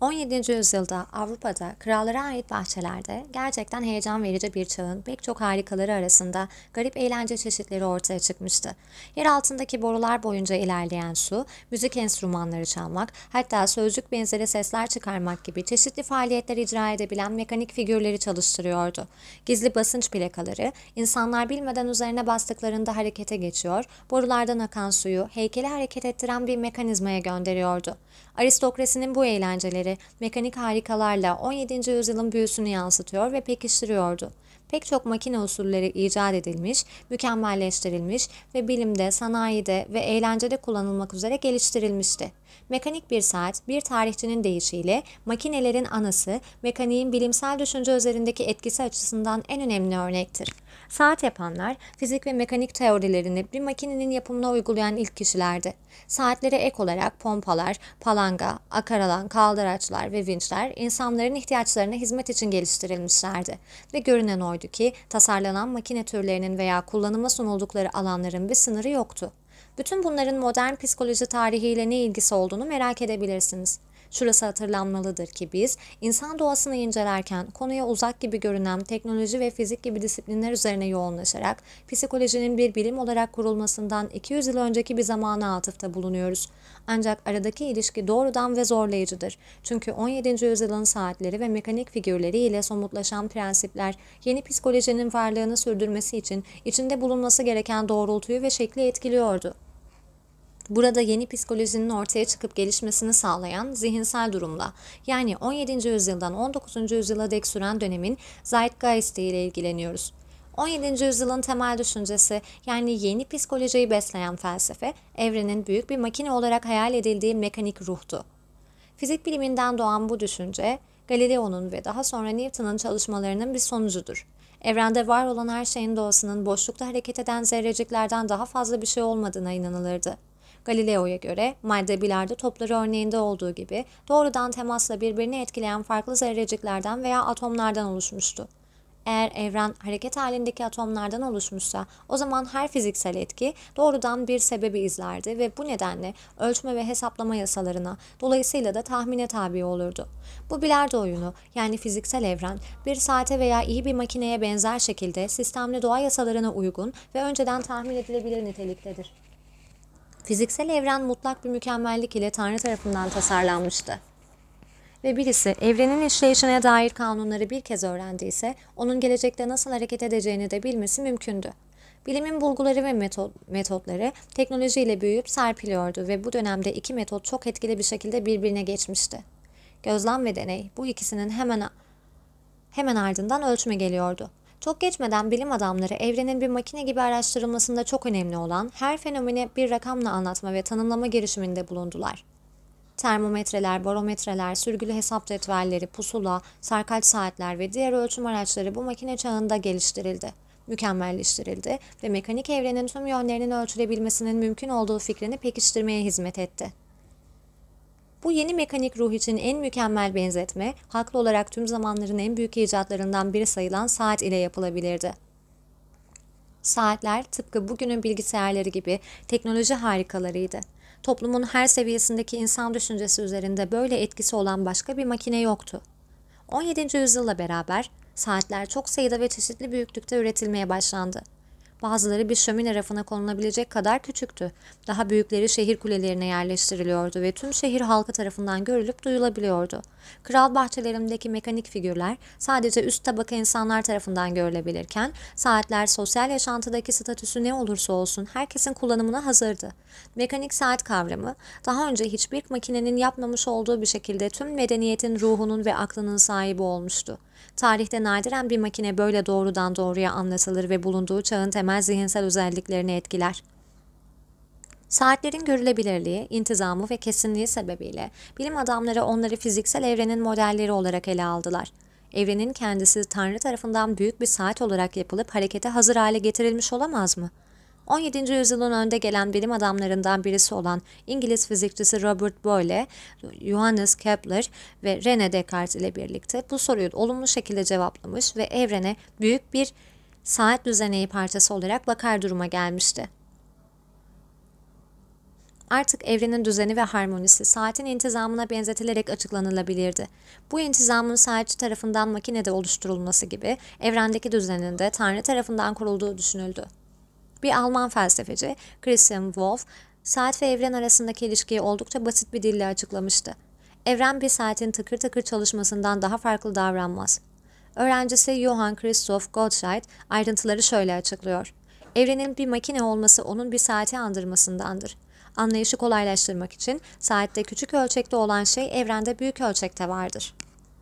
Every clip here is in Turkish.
17. yüzyılda Avrupa'da krallara ait bahçelerde gerçekten heyecan verici bir çağın pek çok harikaları arasında garip eğlence çeşitleri ortaya çıkmıştı. Yer altındaki borular boyunca ilerleyen su, müzik enstrümanları çalmak, hatta sözcük benzeri sesler çıkarmak gibi çeşitli faaliyetler icra edebilen mekanik figürleri çalıştırıyordu. Gizli basınç plakaları, insanlar bilmeden üzerine bastıklarında harekete geçiyor, borulardan akan suyu heykeli hareket ettiren bir mekanizmaya gönderiyordu. Aristokrasinin bu eğlenceleri mekanik harikalarla 17. yüzyılın büyüsünü yansıtıyor ve pekiştiriyordu. Pek çok makine usulleri icat edilmiş, mükemmelleştirilmiş ve bilimde, sanayide ve eğlencede kullanılmak üzere geliştirilmişti. Mekanik bir saat, bir tarihçinin deyişiyle makinelerin anası, mekaniğin bilimsel düşünce üzerindeki etkisi açısından en önemli örnektir. Saat yapanlar, fizik ve mekanik teorilerini bir makinenin yapımına uygulayan ilk kişilerdi. Saatlere ek olarak pompalar, palanga, akaralan, kaldıraçlar ve vinçler insanların ihtiyaçlarına hizmet için geliştirilmişlerdi. Ve görünen oydu ki tasarlanan makine türlerinin veya kullanıma sunuldukları alanların bir sınırı yoktu. Bütün bunların modern psikoloji tarihiyle ne ilgisi olduğunu merak edebilirsiniz. Şurası hatırlanmalıdır ki biz, insan doğasını incelerken konuya uzak gibi görünen teknoloji ve fizik gibi disiplinler üzerine yoğunlaşarak psikolojinin bir bilim olarak kurulmasından 200 yıl önceki bir zamana atıfta bulunuyoruz. Ancak aradaki ilişki doğrudan ve zorlayıcıdır. Çünkü 17. yüzyılın saatleri ve mekanik figürleri ile somutlaşan prensipler yeni psikolojinin varlığını sürdürmesi için içinde bulunması gereken doğrultuyu ve şekli etkiliyordu. Burada yeni psikolojinin ortaya çıkıp gelişmesini sağlayan zihinsel durumla, yani 17. yüzyıldan 19. yüzyıla dek süren dönemin Zeitgeist ile ilgileniyoruz. 17. yüzyılın temel düşüncesi, yani yeni psikolojiyi besleyen felsefe, evrenin büyük bir makine olarak hayal edildiği mekanik ruhtu. Fizik biliminden doğan bu düşünce, Galileo'nun ve daha sonra Newton'un çalışmalarının bir sonucudur. Evrende var olan her şeyin doğasının boşlukta hareket eden zerreciklerden daha fazla bir şey olmadığına inanılırdı. Galileo'ya göre madde bilardo topları örneğinde olduğu gibi doğrudan temasla birbirini etkileyen farklı zerreciklerden veya atomlardan oluşmuştu. Eğer evren hareket halindeki atomlardan oluşmuşsa o zaman her fiziksel etki doğrudan bir sebebi izlerdi ve bu nedenle ölçme ve hesaplama yasalarına, dolayısıyla da tahmine tabi olurdu. Bu bilardo oyunu, yani fiziksel evren, bir saate veya iyi bir makineye benzer şekilde sistemli doğa yasalarına uygun ve önceden tahmin edilebilir niteliktedir. Fiziksel evren mutlak bir mükemmellik ile Tanrı tarafından tasarlanmıştı. Ve birisi evrenin işleyişine dair kanunları bir kez öğrendiyse, onun gelecekte nasıl hareket edeceğini de bilmesi mümkündü. Bilimin bulguları ve metotları teknolojiyle büyüyüp serpiliyordu ve bu dönemde iki metot çok etkili bir şekilde birbirine geçmişti. Gözlem ve deney, bu ikisinin hemen ardından ölçme geliyordu. Çok geçmeden bilim adamları evrenin bir makine gibi araştırılmasında çok önemli olan her fenomeni bir rakamla anlatma ve tanımlama girişiminde bulundular. Termometreler, barometreler, sürgülü hesap cetvelleri, pusula, sarkaç saatler ve diğer ölçüm araçları bu makine çağında geliştirildi, mükemmelleştirildi ve mekanik evrenin tüm yönlerinin ölçülebilmesinin mümkün olduğu fikrini pekiştirmeye hizmet etti. Bu yeni mekanik ruh için en mükemmel benzetme, haklı olarak tüm zamanların en büyük icatlarından biri sayılan saat ile yapılabilirdi. Saatler tıpkı bugünün bilgisayarları gibi teknoloji harikalarıydı. Toplumun her seviyesindeki insan düşüncesi üzerinde böyle etkisi olan başka bir makine yoktu. 17. yüzyılla beraber saatler çok sayıda ve çeşitli büyüklükte üretilmeye başlandı. Bazıları bir şömine rafına konulabilecek kadar küçüktü. Daha büyükleri şehir kulelerine yerleştiriliyordu ve tüm şehir halkı tarafından görülüp duyulabiliyordu. Kral bahçelerindeki mekanik figürler sadece üst tabaka insanlar tarafından görülebilirken, saatler sosyal yaşantıdaki statüsü ne olursa olsun herkesin kullanımına hazırdı. Mekanik saat kavramı, daha önce hiçbir makinenin yapmamış olduğu bir şekilde tüm medeniyetin ruhunun ve aklının sahibi olmuştu. Tarihte nadiren bir makine böyle doğrudan doğruya anlatılır ve bulunduğu çağın temel zihinsel özelliklerini etkiler. Saatlerin görülebilirliği, intizamı ve kesinliği sebebiyle bilim adamları onları fiziksel evrenin modelleri olarak ele aldılar. Evrenin kendisi Tanrı tarafından büyük bir saat olarak yapılıp harekete hazır hale getirilmiş olamaz mı? 17. yüzyılın önde gelen bilim adamlarından birisi olan İngiliz fizikçisi Robert Boyle, Johannes Kepler ve René Descartes ile birlikte bu soruyu olumlu şekilde cevaplamış ve evrene büyük bir saat düzeneği parçası olarak bakar duruma gelmişti. Artık evrenin düzeni ve harmonisi saatin intizamına benzetilerek açıklanılabilirdi. Bu intizamın saatçi tarafından makinede oluşturulması gibi evrendeki düzenin de Tanrı tarafından kurulduğu düşünüldü. Bir Alman felsefeci Christian Wolff, saat ve evren arasındaki ilişkiyi oldukça basit bir dille açıklamıştı. Evren bir saatin tıkır tıkır çalışmasından daha farklı davranmaz. Öğrencisi Johann Christoph Gottschalk ayrıntıları şöyle açıklıyor. Evrenin bir makine olması onun bir saati andırmasındandır. Anlayışı kolaylaştırmak için saatte küçük ölçekte olan şey evrende büyük ölçekte vardır.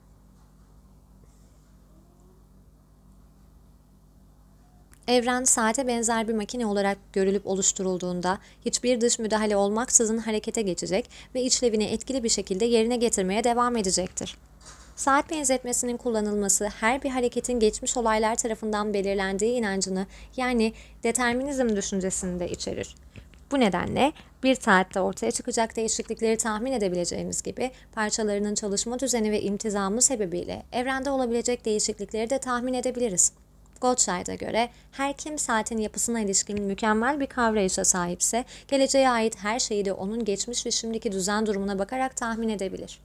Evren saate benzer bir makine olarak görülüp oluşturulduğunda hiçbir dış müdahale olmaksızın harekete geçecek ve işlevini etkili bir şekilde yerine getirmeye devam edecektir. Saat benzetmesinin kullanılması her bir hareketin geçmiş olaylar tarafından belirlendiği inancını yani determinizm düşüncesini de içerir. Bu nedenle bir saatte ortaya çıkacak değişiklikleri tahmin edebileceğimiz gibi parçalarının çalışma düzeni ve imtizamı sebebiyle evrende olabilecek değişiklikleri de tahmin edebiliriz. Gottschalk'a göre her kim saatin yapısına ilişkin mükemmel bir kavrayışa sahipse geleceğe ait her şeyi de onun geçmiş ve şimdiki düzen durumuna bakarak tahmin edebilir.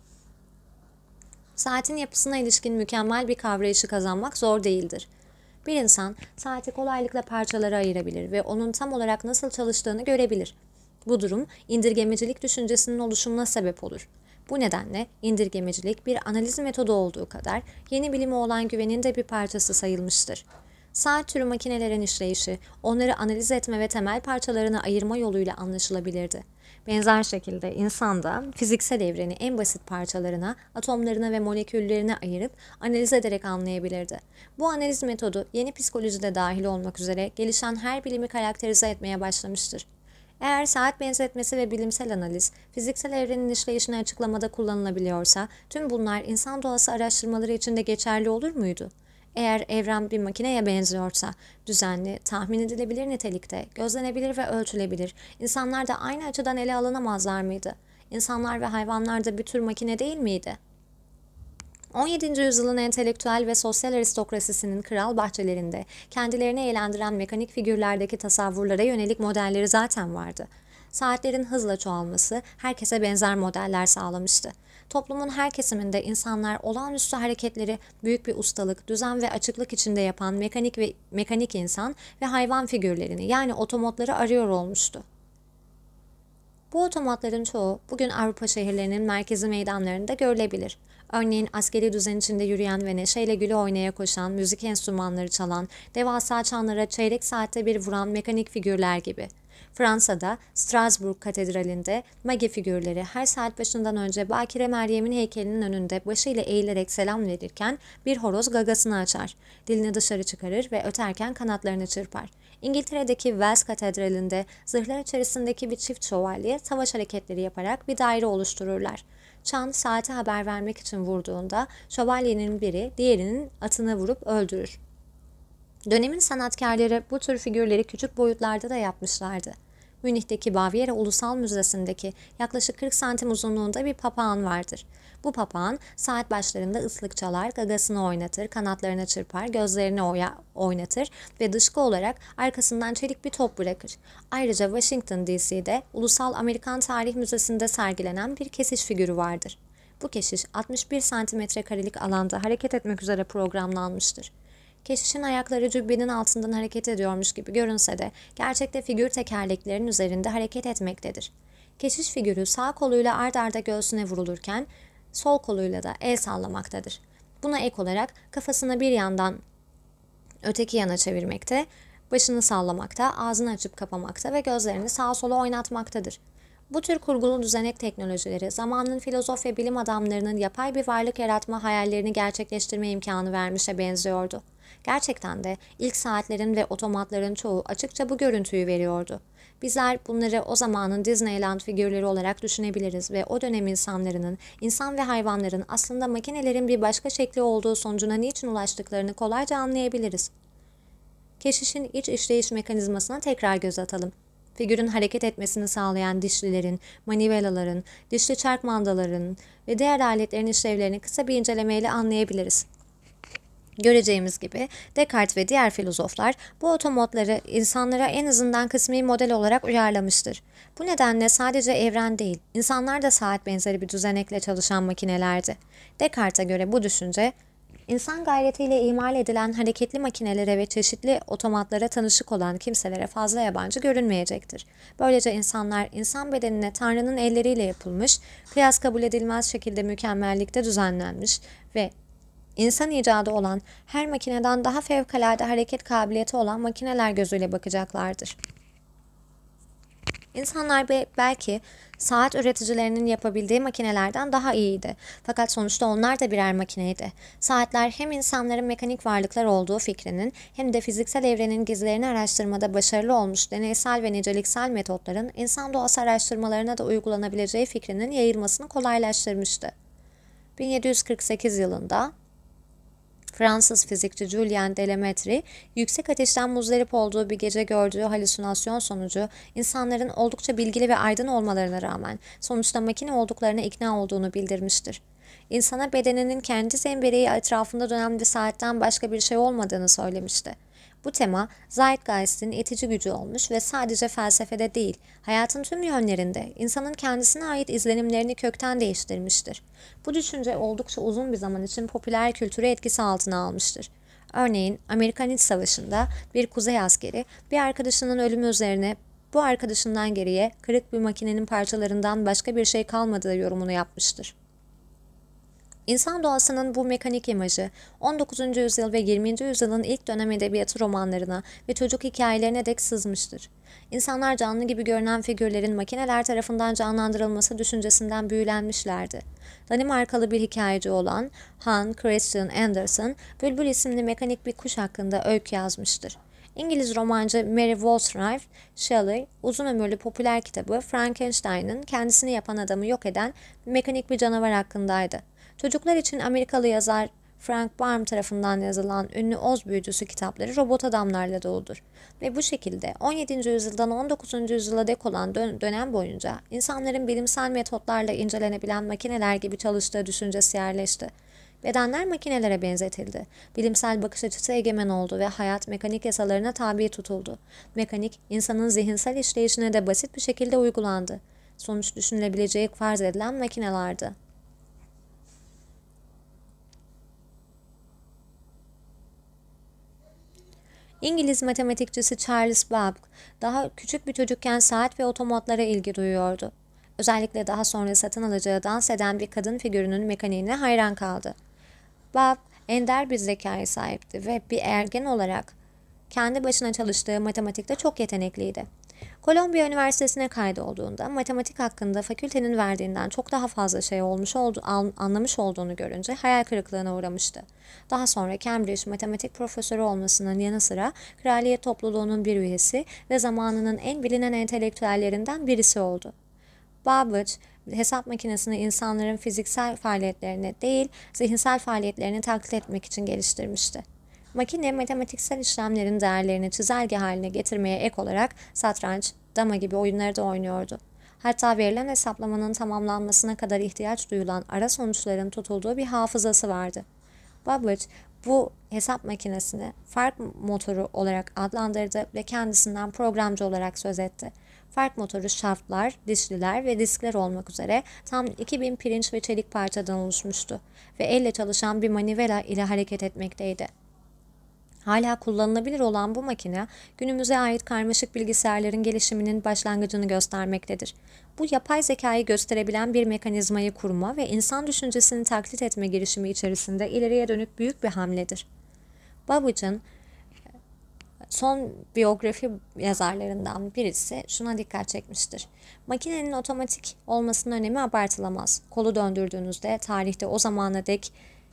Saatin yapısına ilişkin mükemmel bir kavrayışı kazanmak zor değildir. Bir insan saati kolaylıkla parçalara ayırabilir ve onun tam olarak nasıl çalıştığını görebilir. Bu durum indirgemecilik düşüncesinin oluşumuna sebep olur. Bu nedenle indirgemecilik bir analiz metodu olduğu kadar yeni bilime olan güvenin de bir parçası sayılmıştır. Saat türü makinelerin işleyişi, onları analiz etme ve temel parçalarını ayırma yoluyla anlaşılabilirdi. Benzer şekilde insan da fiziksel evreni en basit parçalarına, atomlarına ve moleküllerine ayırıp analiz ederek anlayabilirdi. Bu analiz metodu yeni psikolojide dahil olmak üzere gelişen her bilimi karakterize etmeye başlamıştır. Eğer saat benzetmesi ve bilimsel analiz, fiziksel evrenin işleyişini açıklamada kullanılabiliyorsa, tüm bunlar insan doğası araştırmaları için de geçerli olur muydu? Eğer evren bir makineye benziyorsa, düzenli, tahmin edilebilir nitelikte, gözlenebilir ve ölçülebilir, insanlar da aynı açıdan ele alınamazlar mıydı? İnsanlar ve hayvanlar da bir tür makine değil miydi? 17. yüzyılın entelektüel ve sosyal aristokrasisinin kral bahçelerinde kendilerini eğlendiren mekanik figürlerdeki tasavvurlara yönelik modelleri zaten vardı. Saatlerin hızla çoğalması herkese benzer modeller sağlamıştı. Toplumun her kesiminde insanlar olağanüstü hareketleri büyük bir ustalık, düzen ve açıklık içinde yapan mekanik insan ve hayvan figürlerini yani otomotları arıyor olmuştu. Bu otomatların çoğu bugün Avrupa şehirlerinin merkezi meydanlarında görülebilir. Örneğin askeri düzen içinde yürüyen ve neşeyle güle oynaya koşan, müzik enstrümanları çalan, devasa çanlara çeyrek saatte bir vuran mekanik figürler gibi. Fransa'da Strasbourg Katedrali'nde magi figürleri her saat başından önce Bakire Meryem'in heykelinin önünde başıyla eğilerek selam verirken bir horoz gagasını açar, dilini dışarı çıkarır ve öterken kanatlarını çırpar. İngiltere'deki Wells Katedrali'nde zırhlar içerisindeki bir çift şövalye savaş hareketleri yaparak bir daire oluştururlar. Çan saate haber vermek için vurduğunda şövalyenin biri diğerinin atını vurup öldürür. Dönemin sanatkarları bu tür figürleri küçük boyutlarda da yapmışlardı. Münih'teki Baviera Ulusal Müzesi'ndeki yaklaşık 40 santim uzunluğunda bir papağan vardır. Bu papağan saat başlarında ıslık çalar, gagasını oynatır, kanatlarını çırpar, gözlerini oynatır ve dışkı olarak arkasından çelik bir top bırakır. Ayrıca Washington DC'de Ulusal Amerikan Tarih Müzesi'nde sergilenen bir kesiş figürü vardır. Bu keşiş 61 santimetre karelik alanda hareket etmek üzere programlanmıştır. Keşişin ayakları cübbenin altından hareket ediyormuş gibi görünse de gerçekte figür tekerleklerin üzerinde hareket etmektedir. Keşiş figürü sağ koluyla ard arda göğsüne vurulurken sol koluyla da el sallamaktadır. Buna ek olarak kafasını bir yandan öteki yana çevirmekte, başını sallamakta, ağzını açıp kapamakta ve gözlerini sağa sola oynatmaktadır. Bu tür kurgulu düzenek teknolojileri zamanın filozof ve bilim adamlarının yapay bir varlık yaratma hayallerini gerçekleştirme imkanı vermişe benziyordu. Gerçekten de ilk saatlerin ve otomatların çoğu açıkça bu görüntüyü veriyordu. Bizler bunları o zamanın Disneyland figürleri olarak düşünebiliriz ve o dönem insanların, insan ve hayvanların aslında makinelerin bir başka şekli olduğu sonucuna niçin ulaştıklarını kolayca anlayabiliriz. Keşişin iç işleyiş mekanizmasına tekrar göz atalım. Figürün hareket etmesini sağlayan dişlilerin, manivelaların, dişli çark mandaların ve diğer aletlerin işlevlerini kısa bir incelemeyle anlayabiliriz. Göreceğimiz gibi Descartes ve diğer filozoflar bu otomotları insanlara en azından kısmi model olarak uyarlamıştır. Bu nedenle sadece evren değil, insanlar da saat benzeri bir düzenekle çalışan makinelerdi. Descartes'e göre bu düşünce, insan gayretiyle imal edilen hareketli makinelere ve çeşitli otomatlara tanışık olan kimselere fazla yabancı görünmeyecektir. Böylece insanlar insan bedenine Tanrı'nın elleriyle yapılmış, kıyas kabul edilmez şekilde mükemmellikte düzenlenmiş ve İnsan icadı olan her makineden daha fevkalade hareket kabiliyeti olan makineler gözüyle bakacaklardır. İnsanlar belki saat üreticilerinin yapabildiği makinelerden daha iyiydi. Fakat sonuçta onlar da birer makineydi. Saatler hem insanların mekanik varlıklar olduğu fikrinin hem de fiziksel evrenin gizlerini araştırmada başarılı olmuş deneysel ve niceliksel metotların insan doğası araştırmalarına da uygulanabileceği fikrinin yayılmasını kolaylaştırmıştı. 1748 yılında Fransız fizikçi Julien Delametre, yüksek ateşten muzdarip olduğu bir gece gördüğü halüsinasyon sonucu insanların oldukça bilgili ve aydın olmalarına rağmen sonuçta makine olduklarına ikna olduğunu bildirmiştir. İnsana bedeninin kendi zembereği etrafında dönen bir saatten başka bir şey olmadığını söylemişti. Bu tema Zeitgeist'in itici gücü olmuş ve sadece felsefede değil, hayatın tüm yönlerinde insanın kendisine ait izlenimlerini kökten değiştirmiştir. Bu düşünce oldukça uzun bir zaman için popüler kültürü etkisi altına almıştır. Örneğin Amerikan İç Savaşı'nda bir kuzey askeri bir arkadaşının ölümü üzerine bu arkadaşından geriye kırık bir makinenin parçalarından başka bir şey kalmadığı yorumunu yapmıştır. İnsan doğasının bu mekanik imajı 19. yüzyıl ve 20. yüzyılın ilk dönem edebiyatı romanlarına ve çocuk hikayelerine dek sızmıştır. İnsanlar canlı gibi görünen figürlerin makineler tarafından canlandırılması düşüncesinden büyülenmişlerdi. Danimarkalı bir hikayeci olan Hans Christian Andersen, Bülbül isimli mekanik bir kuş hakkında öykü yazmıştır. İngiliz romancı Mary Wollstonecraft Shelley, uzun ömürlü popüler kitabı Frankenstein'ın kendisini yapan adamı yok eden mekanik bir canavar hakkındaydı. Çocuklar için Amerikalı yazar Frank Baum tarafından yazılan ünlü Oz Büyücüsü kitapları robot adamlarla doludur. Ve bu şekilde 17. yüzyıldan 19. yüzyıla dek olan dönem boyunca insanların bilimsel metotlarla incelenebilen makineler gibi çalıştığı düşüncesi yerleşti. Bedenler makinelere benzetildi. Bilimsel bakış açısı egemen oldu ve hayat mekanik yasalarına tabi tutuldu. Mekanik, insanın zihinsel işleyişine de basit bir şekilde uygulandı. Sonuç düşünülebileceği farz edilen makinelerdi. İngiliz matematikçisi Charles Babbage daha küçük bir çocukken saat ve otomatlara ilgi duyuyordu. Özellikle daha sonra satın alacağı dans eden bir kadın figürünün mekaniğine hayran kaldı. Babbage ender bir zekaya sahipti ve bir ergen olarak kendi başına çalıştığı matematikte çok yetenekliydi. Kolombiya Üniversitesi'ne kaydolduğunda matematik hakkında fakültenin verdiğinden çok daha fazla şey anlamış olduğunu görünce hayal kırıklığına uğramıştı. Daha sonra Cambridge matematik profesörü olmasının yanı sıra kraliyet topluluğunun bir üyesi ve zamanının en bilinen entelektüellerinden birisi oldu. Babbage, hesap makinesini insanların fiziksel faaliyetlerini değil, zihinsel faaliyetlerini taklit etmek için geliştirmişti. Makine, matematiksel işlemlerin değerlerini çizelge haline getirmeye ek olarak satranç, dama gibi oyunları da oynuyordu. Hatta verilen hesaplamanın tamamlanmasına kadar ihtiyaç duyulan ara sonuçların tutulduğu bir hafızası vardı. Babbage, bu hesap makinesini fark motoru olarak adlandırdı ve kendisinden programcı olarak söz etti. Fark motoru şaftlar, dişliler ve diskler olmak üzere tam 2000 pirinç ve çelik parçadan oluşmuştu ve elle çalışan bir manivela ile hareket etmekteydi. Hala kullanılabilir olan bu makine, günümüze ait karmaşık bilgisayarların gelişiminin başlangıcını göstermektedir. Bu yapay zekayı gösterebilen bir mekanizmayı kurma ve insan düşüncesini taklit etme girişimi içerisinde ileriye dönük büyük bir hamledir. Babbage'ın son biyografi yazarlarından birisi şuna dikkat çekmiştir. Makinenin otomatik olmasının önemi abartılamaz. Kolu döndürdüğünüzde tarihte o zamana dek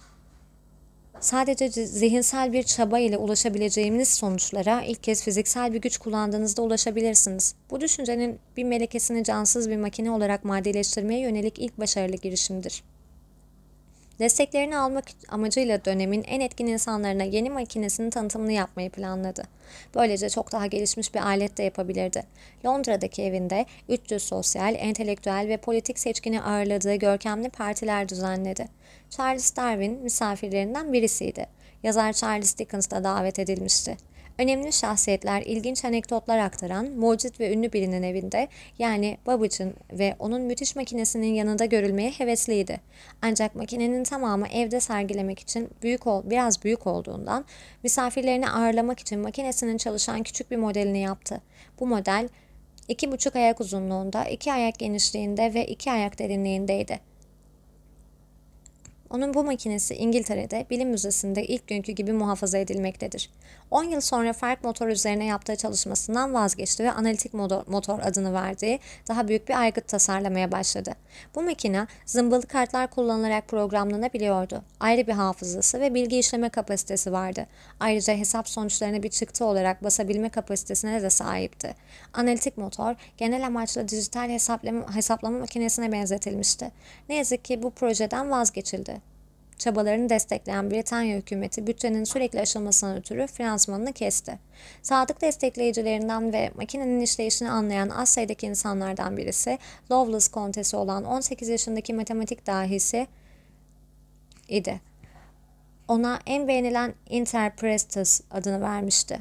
sadece zihinsel bir çaba ile ulaşabileceğiniz sonuçlara ilk kez fiziksel bir güç kullandığınızda ulaşabilirsiniz. Bu düşüncenin bir melekesini cansız bir makine olarak maddeleştirmeye yönelik ilk başarılı girişimdir. Desteklerini almak amacıyla dönemin en etkin insanlarına yeni makinesinin tanıtımını yapmayı planladı. Böylece çok daha gelişmiş bir alet de yapabilirdi. Londra'daki evinde 300 sosyal, entelektüel ve politik seçkini ağırladığı görkemli partiler düzenledi. Charles Darwin misafirlerinden birisiydi. Yazar Charles Dickens da davet edilmişti. Önemli şahsiyetler ilginç anekdotlar aktaran mucit ve ünlü birinin evinde, yani Babbage'ın ve onun müthiş makinesinin yanında görülmeye hevesliydi. Ancak makinenin tamamı evde sergilemek için biraz büyük olduğundan misafirlerini ağırlamak için makinesinin çalışan küçük bir modelini yaptı. Bu model 2,5 ayak uzunluğunda, 2 ayak genişliğinde ve 2 ayak derinliğindeydi. Onun bu makinesi İngiltere'de Bilim Müzesi'nde ilk günkü gibi muhafaza edilmektedir. 10 yıl sonra fark motor üzerine yaptığı çalışmasından vazgeçti ve analitik motor adını verdiği daha büyük bir aygıt tasarlamaya başladı. Bu makine zımbalı kartlar kullanılarak programlanabiliyordu. Ayrı bir hafızası ve bilgi işleme kapasitesi vardı. Ayrıca hesap sonuçlarını bir çıktı olarak basabilme kapasitesine de sahipti. Analitik motor genel amaçlı dijital hesaplama makinesine benzetilmişti. Ne yazık ki bu projeden vazgeçildi. Çabalarını destekleyen Britanya hükümeti bütçenin sürekli aşılmasından ötürü finansmanını kesti. Sadık destekleyicilerinden ve makinenin işleyişini anlayan az sayıdaki insanlardan birisi, Lovelace kontesi olan 18 yaşındaki matematik dahisi idi. Ona en beğenilen Interpretus adını vermişti.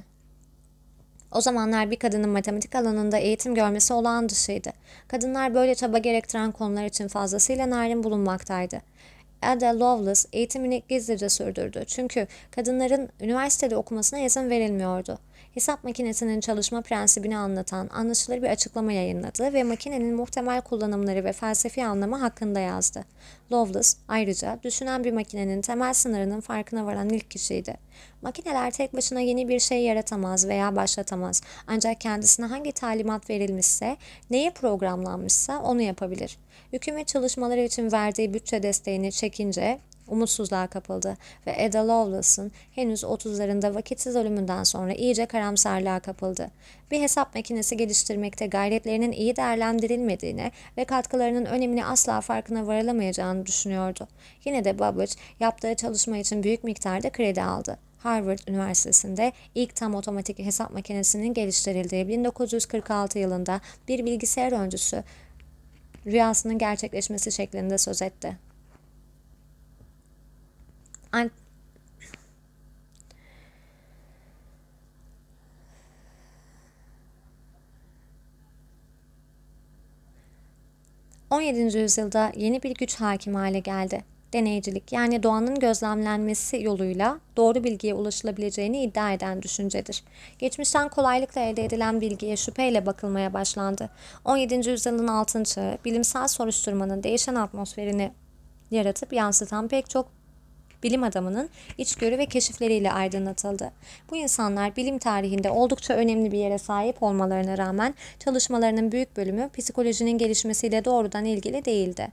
O zamanlar bir kadının matematik alanında eğitim görmesi olağan dışıydı. Kadınlar böyle çaba gerektiren konular için fazlasıyla narin bulunmaktaydı. Ada Lovelace eğitimini gizlice sürdürdü. Çünkü kadınların üniversitede okumasına izin verilmiyordu. Hesap makinesinin çalışma prensibini anlatan anlaşılır bir açıklama yayınladı ve makinenin muhtemel kullanımları ve felsefi anlamı hakkında yazdı. Lovelace ayrıca düşünen bir makinenin temel sınırının farkına varan ilk kişiydi. Makineler tek başına yeni bir şey yaratamaz veya başlatamaz. Ancak kendisine hangi talimat verilmişse, neye programlanmışsa onu yapabilir. Hükümet çalışmaları için verdiği bütçe desteğini çekince umutsuzluğa kapıldı ve Ada Lovelace'ın henüz 30'larında vakitsiz ölümünden sonra iyice karamsarlığa kapıldı. Bir hesap makinesi geliştirmekte gayretlerinin iyi değerlendirilmediğini ve katkılarının önemini asla farkına varılamayacağını düşünüyordu. Yine de Babbage yaptığı çalışma için büyük miktarda kredi aldı. Harvard Üniversitesi'nde ilk tam otomatik hesap makinesinin geliştirildiği 1946 yılında bir bilgisayar öncüsü rüyasının gerçekleşmesi şeklinde söz etti. 17. yüzyılda yeni bir güç hakim hale geldi. Deneycilik, yani doğanın gözlemlenmesi yoluyla doğru bilgiye ulaşılabileceğini iddia eden düşüncedir. Geçmişten kolaylıkla elde edilen bilgiye şüpheyle bakılmaya başlandı. 17. yüzyılın altın çağı, bilimsel soruşturmanın değişen atmosferini yaratıp yansıtan pek çok bilim adamının içgörü ve keşifleriyle aydınlatıldı. Bu insanlar bilim tarihinde oldukça önemli bir yere sahip olmalarına rağmen çalışmalarının büyük bölümü psikolojinin gelişmesiyle doğrudan ilgili değildi.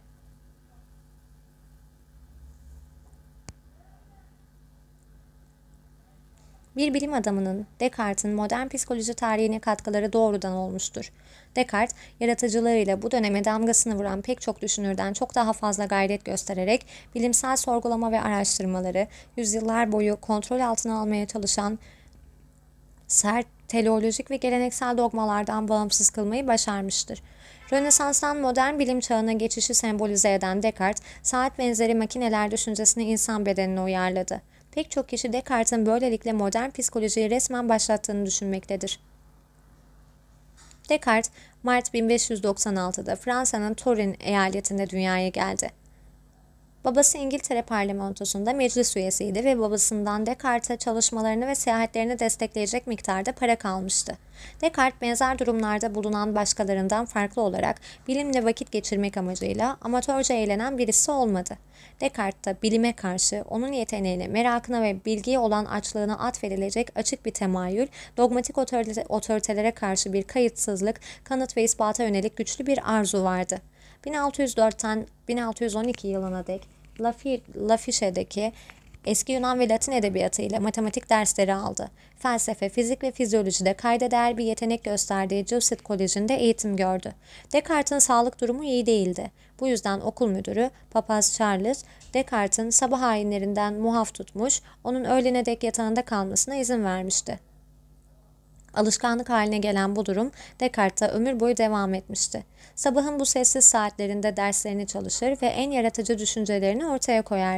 Bir bilim adamının Descartes'in modern psikoloji tarihine katkıları doğrudan olmuştur. Descartes, yaratıcılığıyla bu döneme damgasını vuran pek çok düşünürden çok daha fazla gayret göstererek bilimsel sorgulama ve araştırmaları yüzyıllar boyu kontrol altına almaya çalışan sert teleolojik ve geleneksel dogmalardan bağımsız kılmayı başarmıştır. Rönesans'tan modern bilim çağına geçişi sembolize eden Descartes, saat benzeri makineler düşüncesini insan bedenine uyarladı. Pek çok kişi Descartes'in böylelikle modern psikolojiyi resmen başlattığını düşünmektedir. Descartes, Mart 1596'da Fransa'nın Turin eyaletinde dünyaya geldi. Babası İngiltere parlamentosunda meclis üyesiydi ve babasından Descartes'e çalışmalarını ve seyahatlerini destekleyecek miktarda para kalmıştı. Descartes benzer durumlarda bulunan başkalarından farklı olarak bilimle vakit geçirmek amacıyla amatörce eğlenen birisi olmadı. Descartes da bilime karşı onun yeteneğine, merakına ve bilgiye olan açlığına atfedilecek açık bir temayül, dogmatik otoritelere karşı bir kayıtsızlık, kanıt ve ispata yönelik güçlü bir arzu vardı. 1604'ten 1612 yılına dek Lafayette'deki eski Yunan ve Latin edebiyatı ile matematik dersleri aldı. Felsefe, fizik ve fizyolojide kayda değer bir yetenek gösterdiği Jesuit Koleji'nde eğitim gördü. Descartes'in sağlık durumu iyi değildi. Bu yüzden okul müdürü, papaz Charles, Descartes'in sabah ayinlerinden muaf tutmuş, onun öğlene dek yatağında kalmasına izin vermişti. Alışkanlık haline gelen bu durum Descartes'ta ömür boyu devam etmişti. Sabahın bu sessiz saatlerinde derslerini çalışır ve en yaratıcı düşüncelerini ortaya koyardı.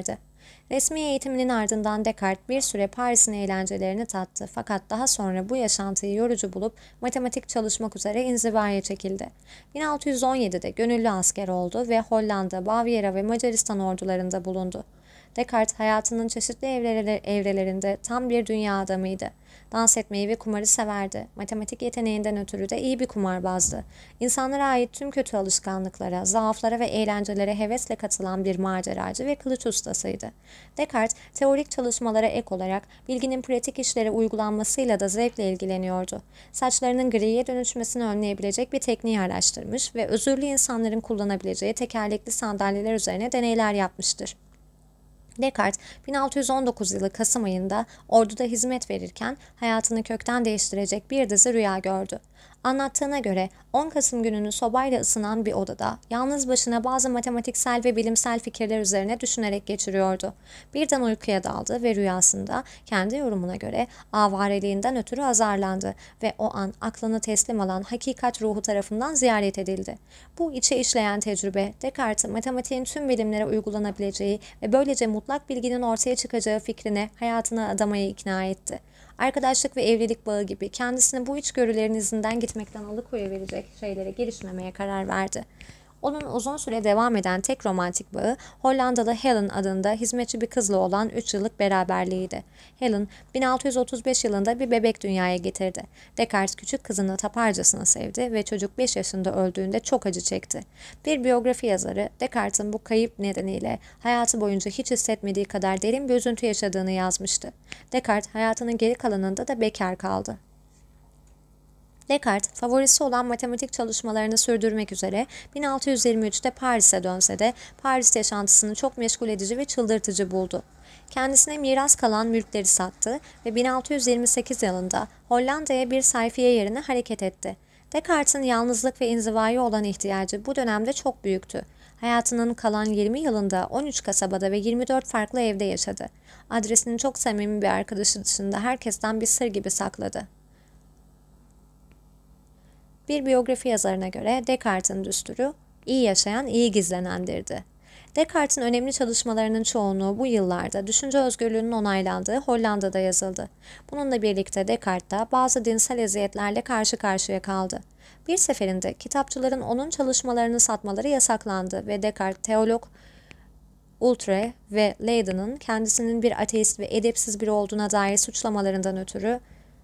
Resmi eğitiminin ardından Descartes bir süre Paris'in eğlencelerini tattı fakat daha sonra bu yaşantıyı yorucu bulup matematik çalışmak üzere inzivaya çekildi. 1617'de gönüllü asker oldu ve Hollanda, Bavyera ve Macaristan ordularında bulundu. Descartes hayatının çeşitli evrelerinde tam bir dünya adamıydı. Dans etmeyi ve kumarı severdi. Matematik yeteneğinden ötürü de iyi bir kumarbazdı. İnsanlara ait tüm kötü alışkanlıklara, zaaflara ve eğlencelere hevesle katılan bir maceracı ve kılıç ustasıydı. Descartes, teorik çalışmalara ek olarak bilginin pratik işlere uygulanmasıyla da zevkle ilgileniyordu. Saçlarının griye dönüşmesini önleyebilecek bir tekniği araştırmış ve özürlü insanların kullanabileceği tekerlekli sandalyeler üzerine deneyler yapmıştır. Descartes, 1619 yılı Kasım ayında orduda hizmet verirken hayatını kökten değiştirecek bir dizi rüya gördü. Anlattığına göre 10 Kasım gününü sobayla ısınan bir odada yalnız başına bazı matematiksel ve bilimsel fikirler üzerine düşünerek geçiriyordu. Birden uykuya daldı ve rüyasında kendi yorumuna göre avareliğinden ötürü azarlandı ve o an aklını teslim alan hakikat ruhu tarafından ziyaret edildi. Bu içe işleyen tecrübe Descartes'i matematiğin tüm bilimlere uygulanabileceği ve böylece mutlak bilginin ortaya çıkacağı fikrine hayatına adamaya ikna etti. Arkadaşlık ve evlilik bağı gibi kendisini bu içgörülerin izinden gitmekten alıkoyabilecek şeylere girişmemeye karar verdi. Onun uzun süre devam eden tek romantik bağı Hollandalı Helen adında hizmetçi bir kızla olan 3 yıllık beraberliğiydi. Helen 1635 yılında bir bebek dünyaya getirdi. Descartes küçük kızını taparcasına sevdi ve çocuk 5 yaşında öldüğünde çok acı çekti. Bir biyografi yazarı Descartes'in bu kayıp nedeniyle hayatı boyunca hiç hissetmediği kadar derin bir üzüntü yaşadığını yazmıştı. Descartes hayatının geri kalanında da bekar kaldı. Descartes, favorisi olan matematik çalışmalarını sürdürmek üzere 1623'te Paris'e dönse de Paris yaşantısını çok meşgul edici ve çıldırtıcı buldu. Kendisine miras kalan mülkleri sattı ve 1628 yılında Hollanda'ya bir sayfiye yerine hareket etti. Descartes'in yalnızlık ve inzivaya olan ihtiyacı bu dönemde çok büyüktü. Hayatının kalan 20 yılında 13 kasabada ve 24 farklı evde yaşadı. Adresini çok samimi bir arkadaşı dışında herkesten bir sır gibi sakladı. Bir biyografi yazarına göre Descartes'in düsturu, iyi yaşayan iyi gizlenendirdi. Descartes'in önemli çalışmalarının çoğunluğu bu yıllarda düşünce özgürlüğünün onaylandığı Hollanda'da yazıldı. Bununla birlikte Descartes da bazı dinsel eziyetlerle karşı karşıya kaldı. Bir seferinde kitapçıların onun çalışmalarını satmaları yasaklandı ve Descartes, teolog Ultre ve Leiden'ın kendisinin bir ateist ve edepsiz biri olduğuna dair suçlamalarından ötürü,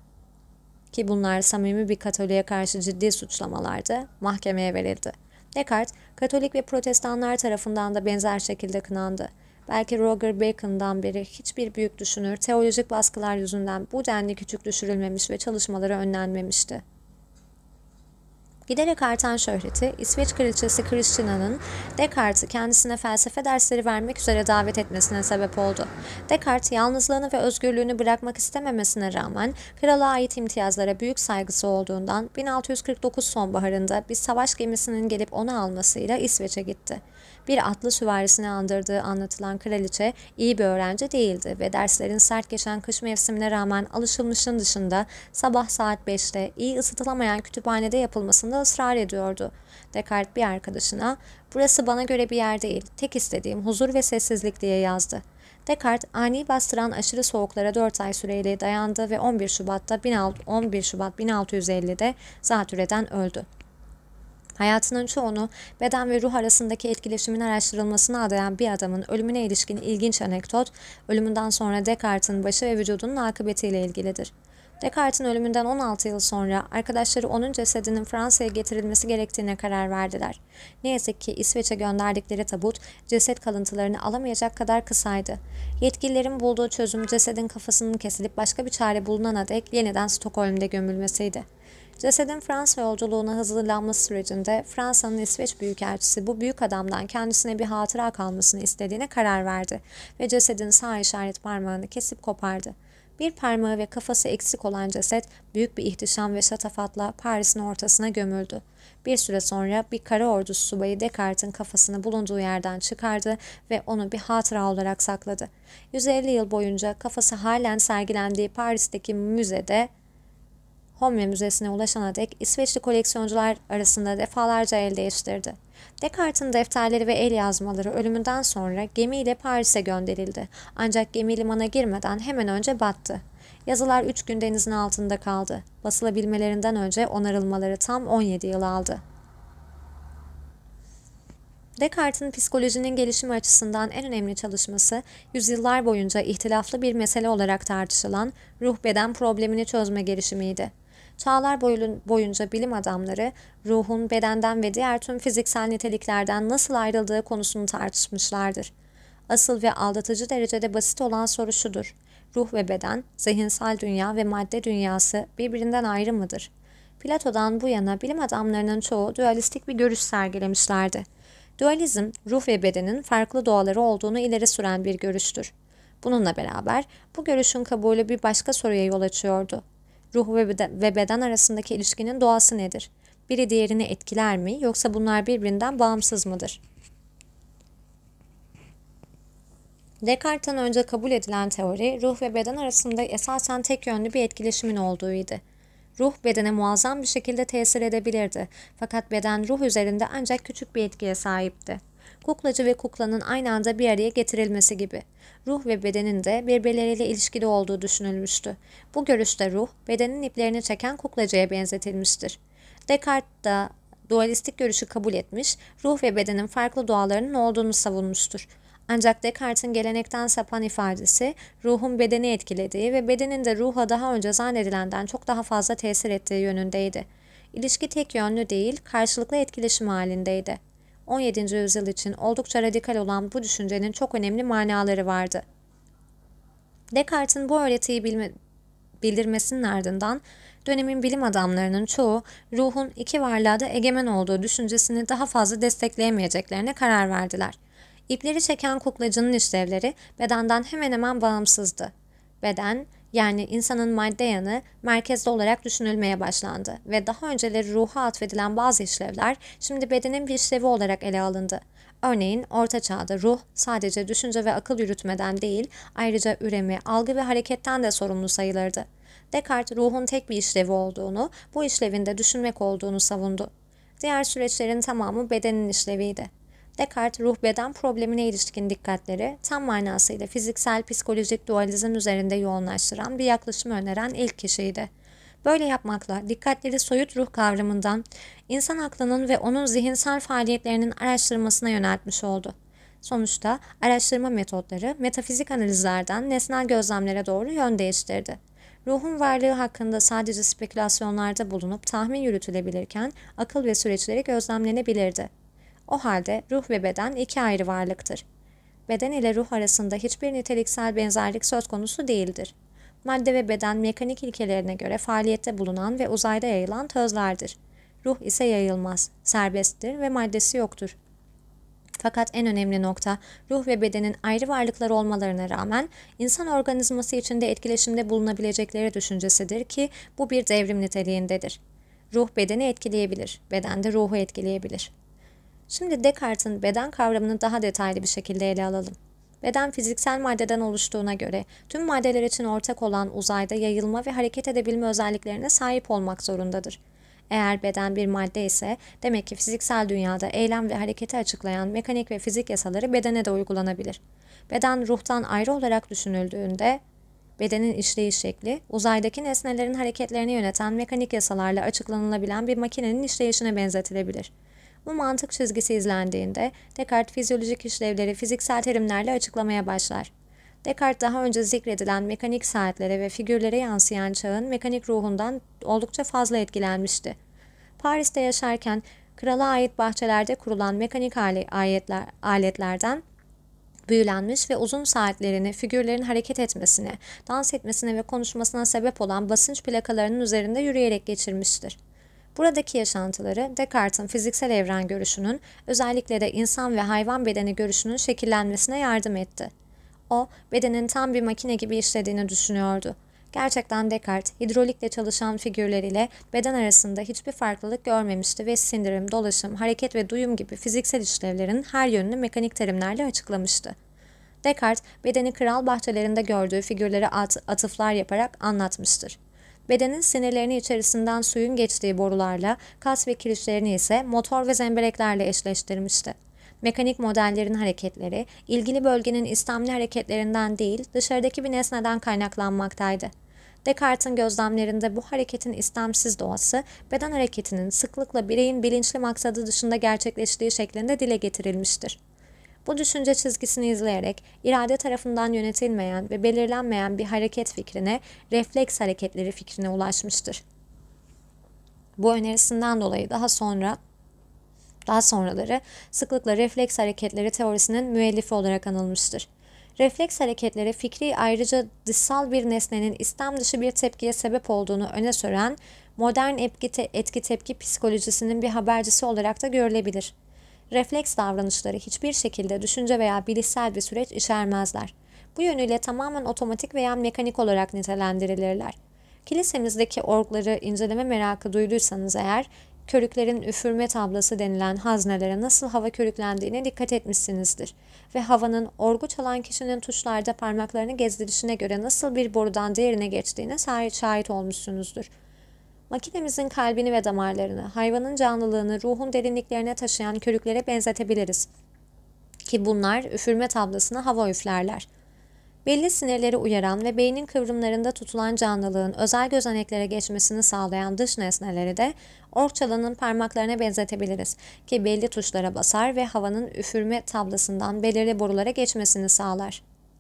ki bunlar samimi bir Katolik'e karşı ciddi suçlamalardı, mahkemeye verildi. Descartes, Katolik ve Protestanlar tarafından da benzer şekilde kınandı. Belki Roger Bacon'dan beri hiçbir büyük düşünür teolojik baskılar yüzünden bu denli küçük düşürülmemiş ve çalışmaları önlenmemişti. Giderek artan şöhreti, İsveç kraliçesi Christina'nın Descartes'i kendisine felsefe dersleri vermek üzere davet etmesine sebep oldu. Descartes, yalnızlığını ve özgürlüğünü bırakmak istememesine rağmen krala ait imtiyazlara büyük saygısı olduğundan 1649 sonbaharında bir savaş gemisinin gelip onu almasıyla İsveç'e gitti. Bir atlı süvarisini andırdığı anlatılan kraliçe iyi bir öğrenci değildi ve derslerin sert geçen kış mevsimine rağmen alışılmışın dışında sabah saat 5'te iyi ısıtılamayan kütüphanede yapılmasında ısrar ediyordu. Descartes bir arkadaşına, "Burası bana göre bir yer değil, tek istediğim huzur ve sessizlik" diye yazdı. Descartes, ani bastıran aşırı soğuklara 4 ay süreyle dayandı ve 11 Şubat 1650'de zatürreden öldü. Hayatının çoğunu beden ve ruh arasındaki etkileşimin araştırılmasına adayan bir adamın ölümüne ilişkin ilginç anekdot, ölümünden sonra Descartes'in başı ve vücudunun akıbetiyle ilgilidir. Descartes'in ölümünden 16 yıl sonra arkadaşları onun cesedinin Fransa'ya getirilmesi gerektiğine karar verdiler. Ne yazık ki İsveç'e gönderdikleri tabut ceset kalıntılarını alamayacak kadar kısaydı. Yetkililerin bulduğu çözüm cesedin kafasının kesilip başka bir çare bulunana dek yeniden Stockholm'de gömülmesiydi. Cesedin Fransa yolculuğuna hazırlanması sürecinde Fransa'nın İsveç Büyükelçisi bu büyük adamdan kendisine bir hatıra kalmasını istediğine karar verdi ve cesedin sağ işaret parmağını kesip kopardı. Bir parmağı ve kafası eksik olan ceset büyük bir ihtişam ve şatafatla Paris'in ortasına gömüldü. Bir süre sonra bir kara ordusu subayı Descartes'in kafasını bulunduğu yerden çıkardı ve onu bir hatıra olarak sakladı. 150 yıl boyunca kafası halen sergilendiği Paris'teki müzede Homme Müzesi'ne ulaşana dek İsveçli koleksiyoncular arasında defalarca el değiştirdi. Descartes'in defterleri ve el yazmaları ölümünden sonra gemiyle Paris'e gönderildi. Ancak gemi limana girmeden hemen önce battı. Yazılar 3 gün denizin altında kaldı. Basılabilmelerinden önce onarılmaları tam 17 yıl aldı. Descartes'in psikolojinin gelişimi açısından en önemli çalışması, yüzyıllar boyunca ihtilaflı bir mesele olarak tartışılan ruh-beden problemini çözme girişimiydi. Çağlar boyunca bilim adamları, ruhun bedenden ve diğer tüm fiziksel niteliklerden nasıl ayrıldığı konusunu tartışmışlardır. Asıl ve aldatıcı derecede basit olan soru şudur: ruh ve beden, zihinsel dünya ve madde dünyası birbirinden ayrı mıdır? Plato'dan bu yana bilim adamlarının çoğu dualistik bir görüş sergilemişlerdi. Dualizm, ruh ve bedenin farklı doğaları olduğunu ileri süren bir görüştür. Bununla beraber bu görüşün kabulü bir başka soruya yol açıyordu. Ruh ve beden arasındaki ilişkinin doğası nedir? Biri diğerini etkiler mi, yoksa bunlar birbirinden bağımsız mıdır? Descartes'ten önce kabul edilen teori, ruh ve beden arasında esasen tek yönlü bir etkileşimin olduğuydu. Ruh bedene muazzam bir şekilde tesir edebilirdi, fakat beden ruh üzerinde ancak küçük bir etkiye sahipti. Kuklacı ve kuklanın aynı anda bir araya getirilmesi gibi. Ruh ve bedenin de birbirleriyle ilişkili olduğu düşünülmüştü. Bu görüşte ruh, bedenin iplerini çeken kuklacıya benzetilmiştir. Descartes da dualistik görüşü kabul etmiş, ruh ve bedenin farklı doğalarının olduğunu savunmuştur. Ancak Descartes'in gelenekten sapan ifadesi, ruhun bedeni etkilediği ve bedenin de ruha daha önce zannedilenden çok daha fazla tesir ettiği yönündeydi. İlişki tek yönlü değil, karşılıklı etkileşim halindeydi. 17. yüzyıl için oldukça radikal olan bu düşüncenin çok önemli manaları vardı. Descartes'in bu öğretiyi bildirmesinin ardından dönemin bilim adamlarının çoğu ruhun iki varlığa da egemen olduğu düşüncesini daha fazla destekleyemeyeceklerine karar verdiler. İpleri çeken kuklacının işlevleri bedenden hemen hemen bağımsızdı. Beden, yani insanın madde yanı, merkezde olarak düşünülmeye başlandı ve daha önceleri ruha atfedilen bazı işlevler şimdi bedenin bir işlevi olarak ele alındı. Örneğin Orta Çağ'da ruh sadece düşünce ve akıl yürütmeden değil, ayrıca üreme, algı ve hareketten de sorumlu sayılırdı. Descartes ruhun tek bir işlevi olduğunu, bu işlevin de düşünmek olduğunu savundu. Diğer süreçlerin tamamı bedenin işleviydi. Descartes, ruh-beden problemine ilişkin dikkatleri tam manasıyla fiziksel psikolojik dualizm üzerinde yoğunlaştıran bir yaklaşım öneren ilk kişiydi. Böyle yapmakla dikkatleri soyut ruh kavramından insan aklının ve onun zihinsel faaliyetlerinin araştırmasına yöneltmiş oldu. Sonuçta araştırma metotları metafizik analizlerden nesnel gözlemlere doğru yön değiştirdi. Ruhun varlığı hakkında sadece spekülasyonlarda bulunup tahmin yürütülebilirken akıl ve süreçleri gözlemlenebilirdi. O halde ruh ve beden iki ayrı varlıktır. Beden ile ruh arasında hiçbir niteliksel benzerlik söz konusu değildir. Madde ve beden mekanik ilkelerine göre faaliyette bulunan ve uzayda yayılan tözlerdir. Ruh ise yayılmaz, serbesttir ve maddesi yoktur. Fakat en önemli nokta, ruh ve bedenin ayrı varlıklar olmalarına rağmen insan organizması içinde etkileşimde bulunabilecekleri düşüncesidir ki bu bir devrim niteliğindedir. Ruh bedeni etkileyebilir, beden de ruhu etkileyebilir. Şimdi Descartes'in beden kavramını daha detaylı bir şekilde ele alalım. Beden fiziksel maddeden oluştuğuna göre tüm maddeler için ortak olan uzayda yayılma ve hareket edebilme özelliklerine sahip olmak zorundadır. Eğer beden bir madde ise demek ki fiziksel dünyada eylem ve hareketi açıklayan mekanik ve fizik yasaları bedene de uygulanabilir. Beden ruhtan ayrı olarak düşünüldüğünde bedenin işleyiş şekli, uzaydaki nesnelerin hareketlerini yöneten mekanik yasalarla açıklanılabilen bir makinenin işleyişine benzetilebilir. Bu mantık çizgisi izlendiğinde Descartes fizyolojik işlevleri fiziksel terimlerle açıklamaya başlar. Descartes daha önce zikredilen mekanik saatlere ve figürlere yansıyan çağın mekanik ruhundan oldukça fazla etkilenmişti. Paris'te yaşarken krala ait bahçelerde kurulan mekanik aletlerden büyülenmiş ve uzun saatlerini figürlerin hareket etmesine, dans etmesine ve konuşmasına sebep olan basınç plakalarının üzerinde yürüyerek geçirmiştir. Buradaki yaşantıları Descartes'in fiziksel evren görüşünün, özellikle de insan ve hayvan bedeni görüşünün şekillenmesine yardım etti. O, bedenin tam bir makine gibi işlediğini düşünüyordu. Gerçekten Descartes, hidrolikle çalışan figürler ile beden arasında hiçbir farklılık görmemişti ve sindirim, dolaşım, hareket ve duyum gibi fiziksel işlevlerin her yönünü mekanik terimlerle açıklamıştı. Descartes, bedeni kral bahçelerinde gördüğü figürlere atıflar yaparak anlatmıştır. Bedenin sinirlerini içerisinden suyun geçtiği borularla, kas ve kirişlerini ise motor ve zembereklerle eşleştirmişti. Mekanik modellerin hareketleri, ilgili bölgenin istemli hareketlerinden değil, dışarıdaki bir nesneden kaynaklanmaktaydı. Descartes'in gözlemlerinde bu hareketin istemsiz doğası, beden hareketinin sıklıkla bireyin bilinçli maksadı dışında gerçekleştiği şeklinde dile getirilmiştir. Bu düşünce çizgisini izleyerek irade tarafından yönetilmeyen ve belirlenmeyen bir hareket fikrine, refleks hareketleri fikrine ulaşmıştır. Bu önerisinden dolayı daha sonraları sıklıkla refleks hareketleri teorisinin müellifi olarak anılmıştır. Refleks hareketleri fikri ayrıca dışsal bir nesnenin istem dışı bir tepkiye sebep olduğunu öne süren modern etki tepki psikolojisinin bir habercisi olarak da görülebilir. Refleks davranışları hiçbir şekilde düşünce veya bilişsel bir süreç içermezler. Bu yönüyle tamamen otomatik veya mekanik olarak nitelendirilirler. Kilisemizdeki orgları inceleme merakı duyduysanız eğer, körüklerin üfürme tablası denilen haznelere nasıl hava körüklendiğine dikkat etmişsinizdir ve havanın orgu çalan kişinin tuşlarda parmaklarını gezdirişine göre nasıl bir borudan diğerine geçtiğine şahit olmuşsunuzdur. Makinemizin kalbini ve damarlarını, hayvanın canlılığını ruhun derinliklerine taşıyan körüklere benzetebiliriz. Ki bunlar üfürme tablasına hava üflerler. Belli sinirleri uyaran ve beynin kıvrımlarında tutulan canlılığın özel gözeneklere geçmesini sağlayan dış nesneleri de org çalanın parmaklarına benzetebiliriz ki belli tuşlara basar ve havanın üfürme tablasından belirli borulara geçmesini sağlar.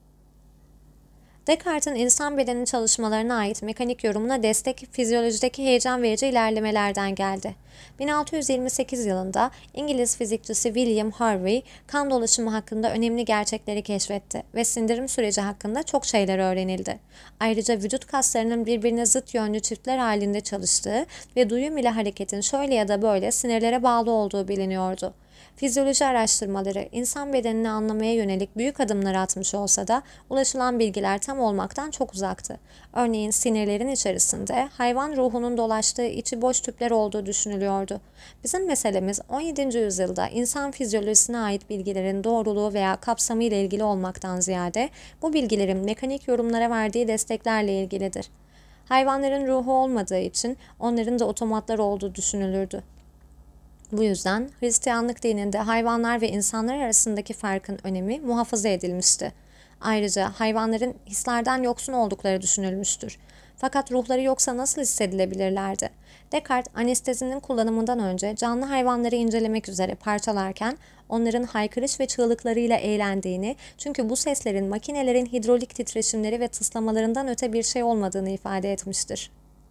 Descartes'in insan bedeni çalışmalarına ait mekanik yorumuna destek fizyolojideki heyecan verici ilerlemelerden geldi. 1628 yılında İngiliz fizikçisi William Harvey kan dolaşımı hakkında önemli gerçekleri keşfetti ve sindirim süreci hakkında çok şeyler öğrenildi. Ayrıca vücut kaslarının birbirine zıt yönlü çiftler halinde çalıştığı ve duyum ile hareketin şöyle ya da böyle sinirlere bağlı olduğu biliniyordu. Fizyoloji araştırmaları insan bedenini anlamaya yönelik büyük adımlar atmış olsa da ulaşılan bilgiler tam olmaktan çok uzaktı. Örneğin sinirlerin içerisinde hayvan ruhunun dolaştığı içi boş tüpler olduğu düşünülüyordu. Bizim meselemiz 17. yüzyılda insan fizyolojisine ait bilgilerin doğruluğu veya kapsamı ile ilgili olmaktan ziyade bu bilgilerin mekanik yorumlara verdiği desteklerle ilgilidir. Hayvanların ruhu olmadığı için onların da otomatlar olduğu düşünülürdü. Bu yüzden Hristiyanlık dininde hayvanlar ve insanlar arasındaki farkın önemi muhafaza edilmişti. Ayrıca hayvanların hislerden yoksun oldukları düşünülmüştür. Fakat ruhları yoksa nasıl hissedilebilirlerdi? Descartes, anestezinin kullanımından önce canlı hayvanları incelemek üzere parçalarken onların haykırış ve çığlıklarıyla eğlendiğini, çünkü bu seslerin makinelerin hidrolik titreşimleri ve tıslamalarından öte bir şey olmadığını ifade etmiştir.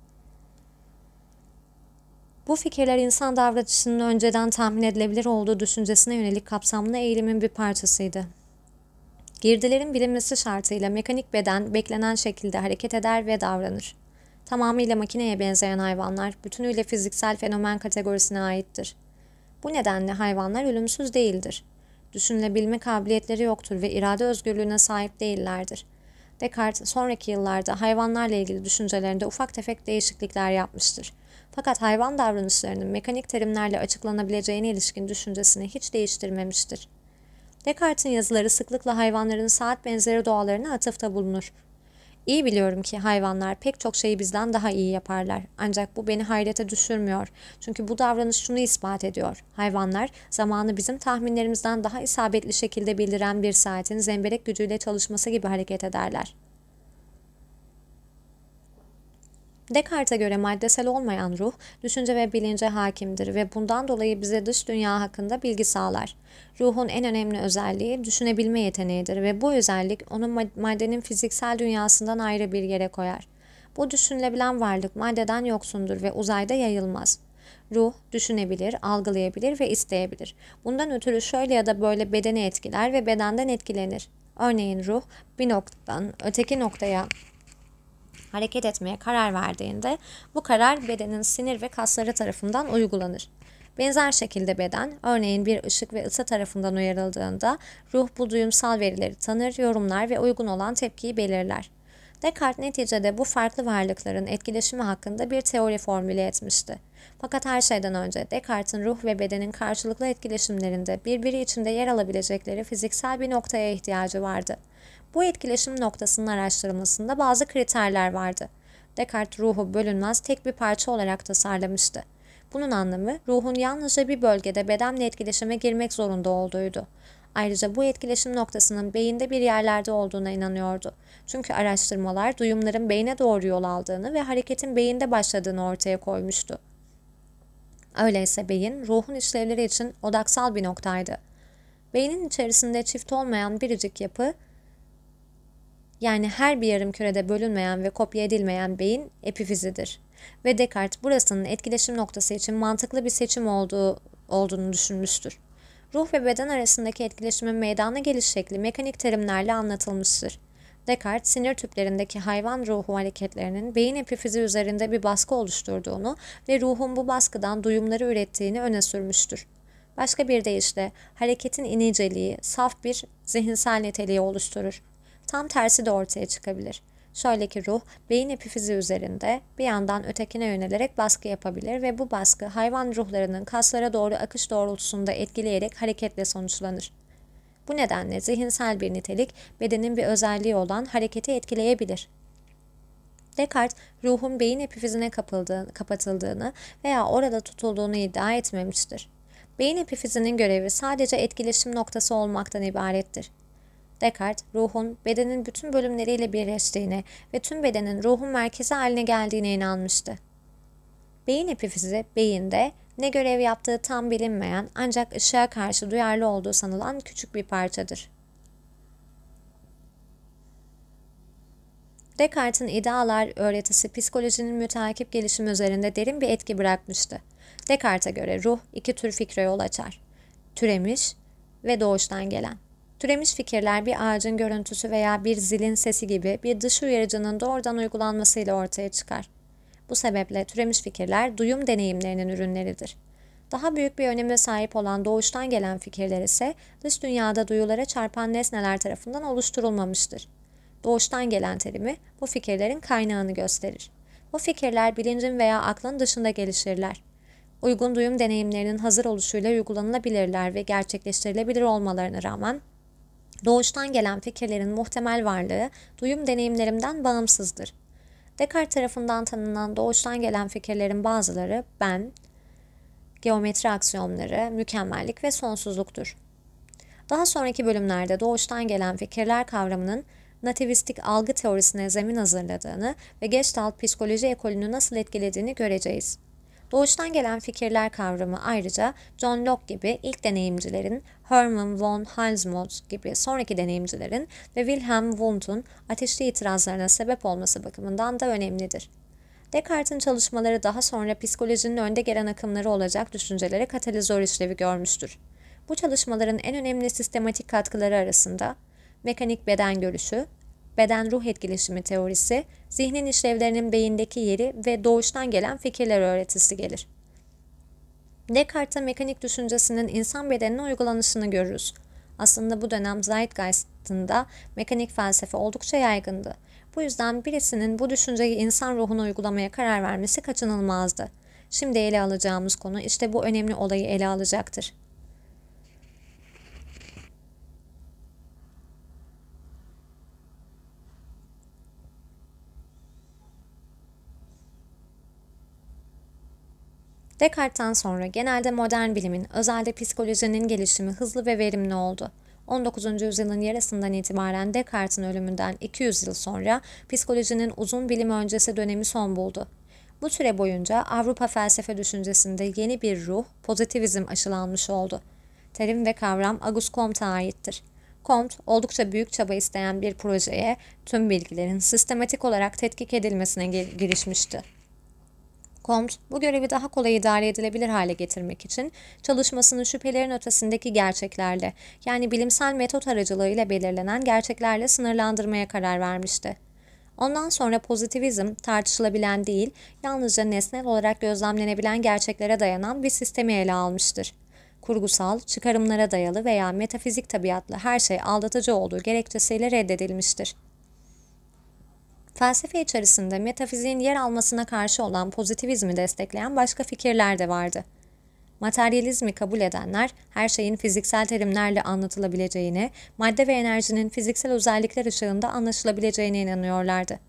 Bu fikirler insan davranışının önceden tahmin edilebilir olduğu düşüncesine yönelik kapsamlı eğilimin bir parçasıydı. Girdilerin bilinmesi şartıyla mekanik beden beklenen şekilde hareket eder ve davranır. Tamamıyla makineye benzeyen hayvanlar bütünüyle fiziksel fenomen kategorisine aittir. Bu nedenle hayvanlar ölümsüz değildir. Düşünülebilme kabiliyetleri yoktur ve irade özgürlüğüne sahip değillerdir. Descartes sonraki yıllarda hayvanlarla ilgili düşüncelerinde ufak tefek değişiklikler yapmıştır. Fakat hayvan davranışlarının mekanik terimlerle açıklanabileceğine ilişkin düşüncesini hiç değiştirmemiştir. Descartes'in yazıları sıklıkla hayvanların saat benzeri doğalarına atıfta bulunur. İyi biliyorum ki hayvanlar pek çok şeyi bizden daha iyi yaparlar. Ancak bu beni hayrete düşürmüyor. Çünkü bu davranış şunu ispat ediyor. Hayvanlar zamanı bizim tahminlerimizden daha isabetli şekilde bildiren bir saatin zemberek gücüyle çalışması gibi hareket ederler. Descartes'e göre maddesel olmayan ruh, düşünce ve bilince hakimdir ve bundan dolayı bize dış dünya hakkında bilgi sağlar. Ruhun en önemli özelliği düşünebilme yeteneğidir ve bu özellik onu maddenin fiziksel dünyasından ayrı bir yere koyar. Bu düşünülebilen varlık maddeden yoksundur ve uzayda yayılmaz. Ruh düşünebilir, algılayabilir ve isteyebilir. Bundan ötürü şöyle ya da böyle bedeni etkiler ve bedenden etkilenir. Örneğin ruh bir noktadan öteki noktaya hareket etmeye karar verdiğinde bu karar bedenin sinir ve kasları tarafından uygulanır. Benzer şekilde beden, örneğin bir ışık ve ısı tarafından uyarıldığında ruh bu duyumsal verileri tanır, yorumlar ve uygun olan tepkiyi belirler. Descartes neticede bu farklı varlıkların etkileşimi hakkında bir teori formüle etmişti. Fakat her şeyden önce Descartes'in ruh ve bedenin karşılıklı etkileşimlerinde birbiri içinde yer alabilecekleri fiziksel bir noktaya ihtiyacı vardı. Bu etkileşim noktasının araştırılmasında bazı kriterler vardı. Descartes ruhu bölünmez tek bir parça olarak tasarlamıştı. Bunun anlamı ruhun yalnızca bir bölgede bedenle etkileşime girmek zorunda olduğuydu. Ayrıca bu etkileşim noktasının beyinde bir yerlerde olduğuna inanıyordu. Çünkü araştırmalar duyumların beyne doğru yol aldığını ve hareketin beyinde başladığını ortaya koymuştu. Öyleyse beyin, ruhun işlevleri için odaksal bir noktaydı. Beynin içerisinde çift olmayan biricik yapı, yani her bir yarımkürede bölünmeyen ve kopya edilmeyen beyin epifizidir. Ve Descartes burasının etkileşim noktası için mantıklı bir seçim olduğunu düşünmüştür. Ruh ve beden arasındaki etkileşimin meydana geliş şekli mekanik terimlerle anlatılmıştır. Descartes, sinir tüplerindeki hayvan ruhu hareketlerinin beyin epifizi üzerinde bir baskı oluşturduğunu ve ruhun bu baskıdan duyumları ürettiğini öne sürmüştür. Başka bir deyişle, hareketin iniceliği, saf bir zihinsel niteliği oluşturur. Tam tersi de ortaya çıkabilir. Şöyle ki ruh, beyin epifizi üzerinde bir yandan ötekine yönelerek baskı yapabilir ve bu baskı hayvan ruhlarının kaslara doğru akış doğrultusunda etkileyerek hareketle sonuçlanır. Bu nedenle zihinsel bir nitelik, bedenin bir özelliği olan hareketi etkileyebilir. Descartes, ruhun beyin epifizine kapatıldığını veya orada tutulduğunu iddia etmemiştir. Beyin epifizinin görevi sadece etkileşim noktası olmaktan ibarettir. Descartes, ruhun bedenin bütün bölümleriyle birleştiğine ve tüm bedenin ruhun merkezi haline geldiğine inanmıştı. Beyin epifizi, beyinde ne görev yaptığı tam bilinmeyen ancak ışığa karşı duyarlı olduğu sanılan küçük bir parçadır. Descartes'in idealar öğretisi psikolojinin müteakip gelişimi üzerinde derin bir etki bırakmıştı. Descartes'e göre ruh iki tür fikre yol açar: türemiş ve doğuştan gelen. Türemiş fikirler bir ağacın görüntüsü veya bir zilin sesi gibi bir dış uyarıcının doğrudan uygulanmasıyla ortaya çıkar. Bu sebeple türemiş fikirler duyum deneyimlerinin ürünleridir. Daha büyük bir öneme sahip olan doğuştan gelen fikirler ise dış dünyada duyulara çarpan nesneler tarafından oluşturulmamıştır. Doğuştan gelen terimi bu fikirlerin kaynağını gösterir. Bu fikirler bilincin veya aklın dışında gelişirler. Uygun duyum deneyimlerinin hazır oluşuyla uygulanılabilirler ve gerçekleştirilebilir olmalarına rağmen doğuştan gelen fikirlerin muhtemel varlığı duyum deneyimlerimden bağımsızdır. Descartes tarafından tanınan doğuştan gelen fikirlerin bazıları ben, geometri aksiyonları, mükemmellik ve sonsuzluktur. Daha sonraki bölümlerde doğuştan gelen fikirler kavramının nativistik algı teorisine zemin hazırladığını ve Gestalt psikoloji ekolünü nasıl etkilediğini göreceğiz. Doğuştan gelen fikirler kavramı ayrıca John Locke gibi ilk deneyimcilerin, Hermann von Helmholtz gibi sonraki deneyimcilerin ve Wilhelm Wundt'un ateşli itirazlarına sebep olması bakımından da önemlidir. Descartes'in çalışmaları daha sonra psikolojinin önde gelen akımları olacak düşüncelere katalizör işlevi görmüştür. Bu çalışmaların en önemli sistematik katkıları arasında mekanik beden görüşü, beden-ruh etkileşimi teorisi, zihnin işlevlerinin beyindeki yeri ve doğuştan gelen fikirler öğretisi gelir. Descartes'in mekanik düşüncesinin insan bedenine uygulanışını görürüz. Aslında bu dönem Zeitgeist'ında mekanik felsefe oldukça yaygındı. Bu yüzden birisinin bu düşünceyi insan ruhuna uygulamaya karar vermesi kaçınılmazdı. Şimdi ele alacağımız konu işte bu önemli olayı ele alacaktır. Descartes'ten sonra genelde modern bilimin, özelde psikolojinin gelişimi hızlı ve verimli oldu. 19. yüzyılın yarısından itibaren Descartes'in ölümünden 200 yıl sonra psikolojinin uzun bilim öncesi dönemi son buldu. Bu süre boyunca Avrupa felsefe düşüncesinde yeni bir ruh, pozitivizm aşılanmış oldu. Terim ve kavram Auguste Comte'a aittir. Comte, oldukça büyük çaba isteyen bir projeye tüm bilgilerin sistematik olarak tetkik edilmesine girişmişti. Comte, bu görevi daha kolay idare edilebilir hale getirmek için çalışmasını şüphelerin ötesindeki gerçeklerle, yani bilimsel metot aracılığıyla belirlenen gerçeklerle sınırlandırmaya karar vermişti. Ondan sonra pozitivizm tartışılabilen değil, yalnızca nesnel olarak gözlemlenebilen gerçeklere dayanan bir sistemi ele almıştır. Kurgusal, çıkarımlara dayalı veya metafizik tabiatlı her şey aldatıcı olduğu gerekçesiyle reddedilmiştir. Felsefe içerisinde metafiziğin yer almasına karşı olan pozitivizmi destekleyen başka fikirler de vardı. Materyalizmi kabul edenler, her şeyin fiziksel terimlerle anlatılabileceğine, madde ve enerjinin fiziksel özellikler ışığında anlaşılabileceğine inanıyorlardı.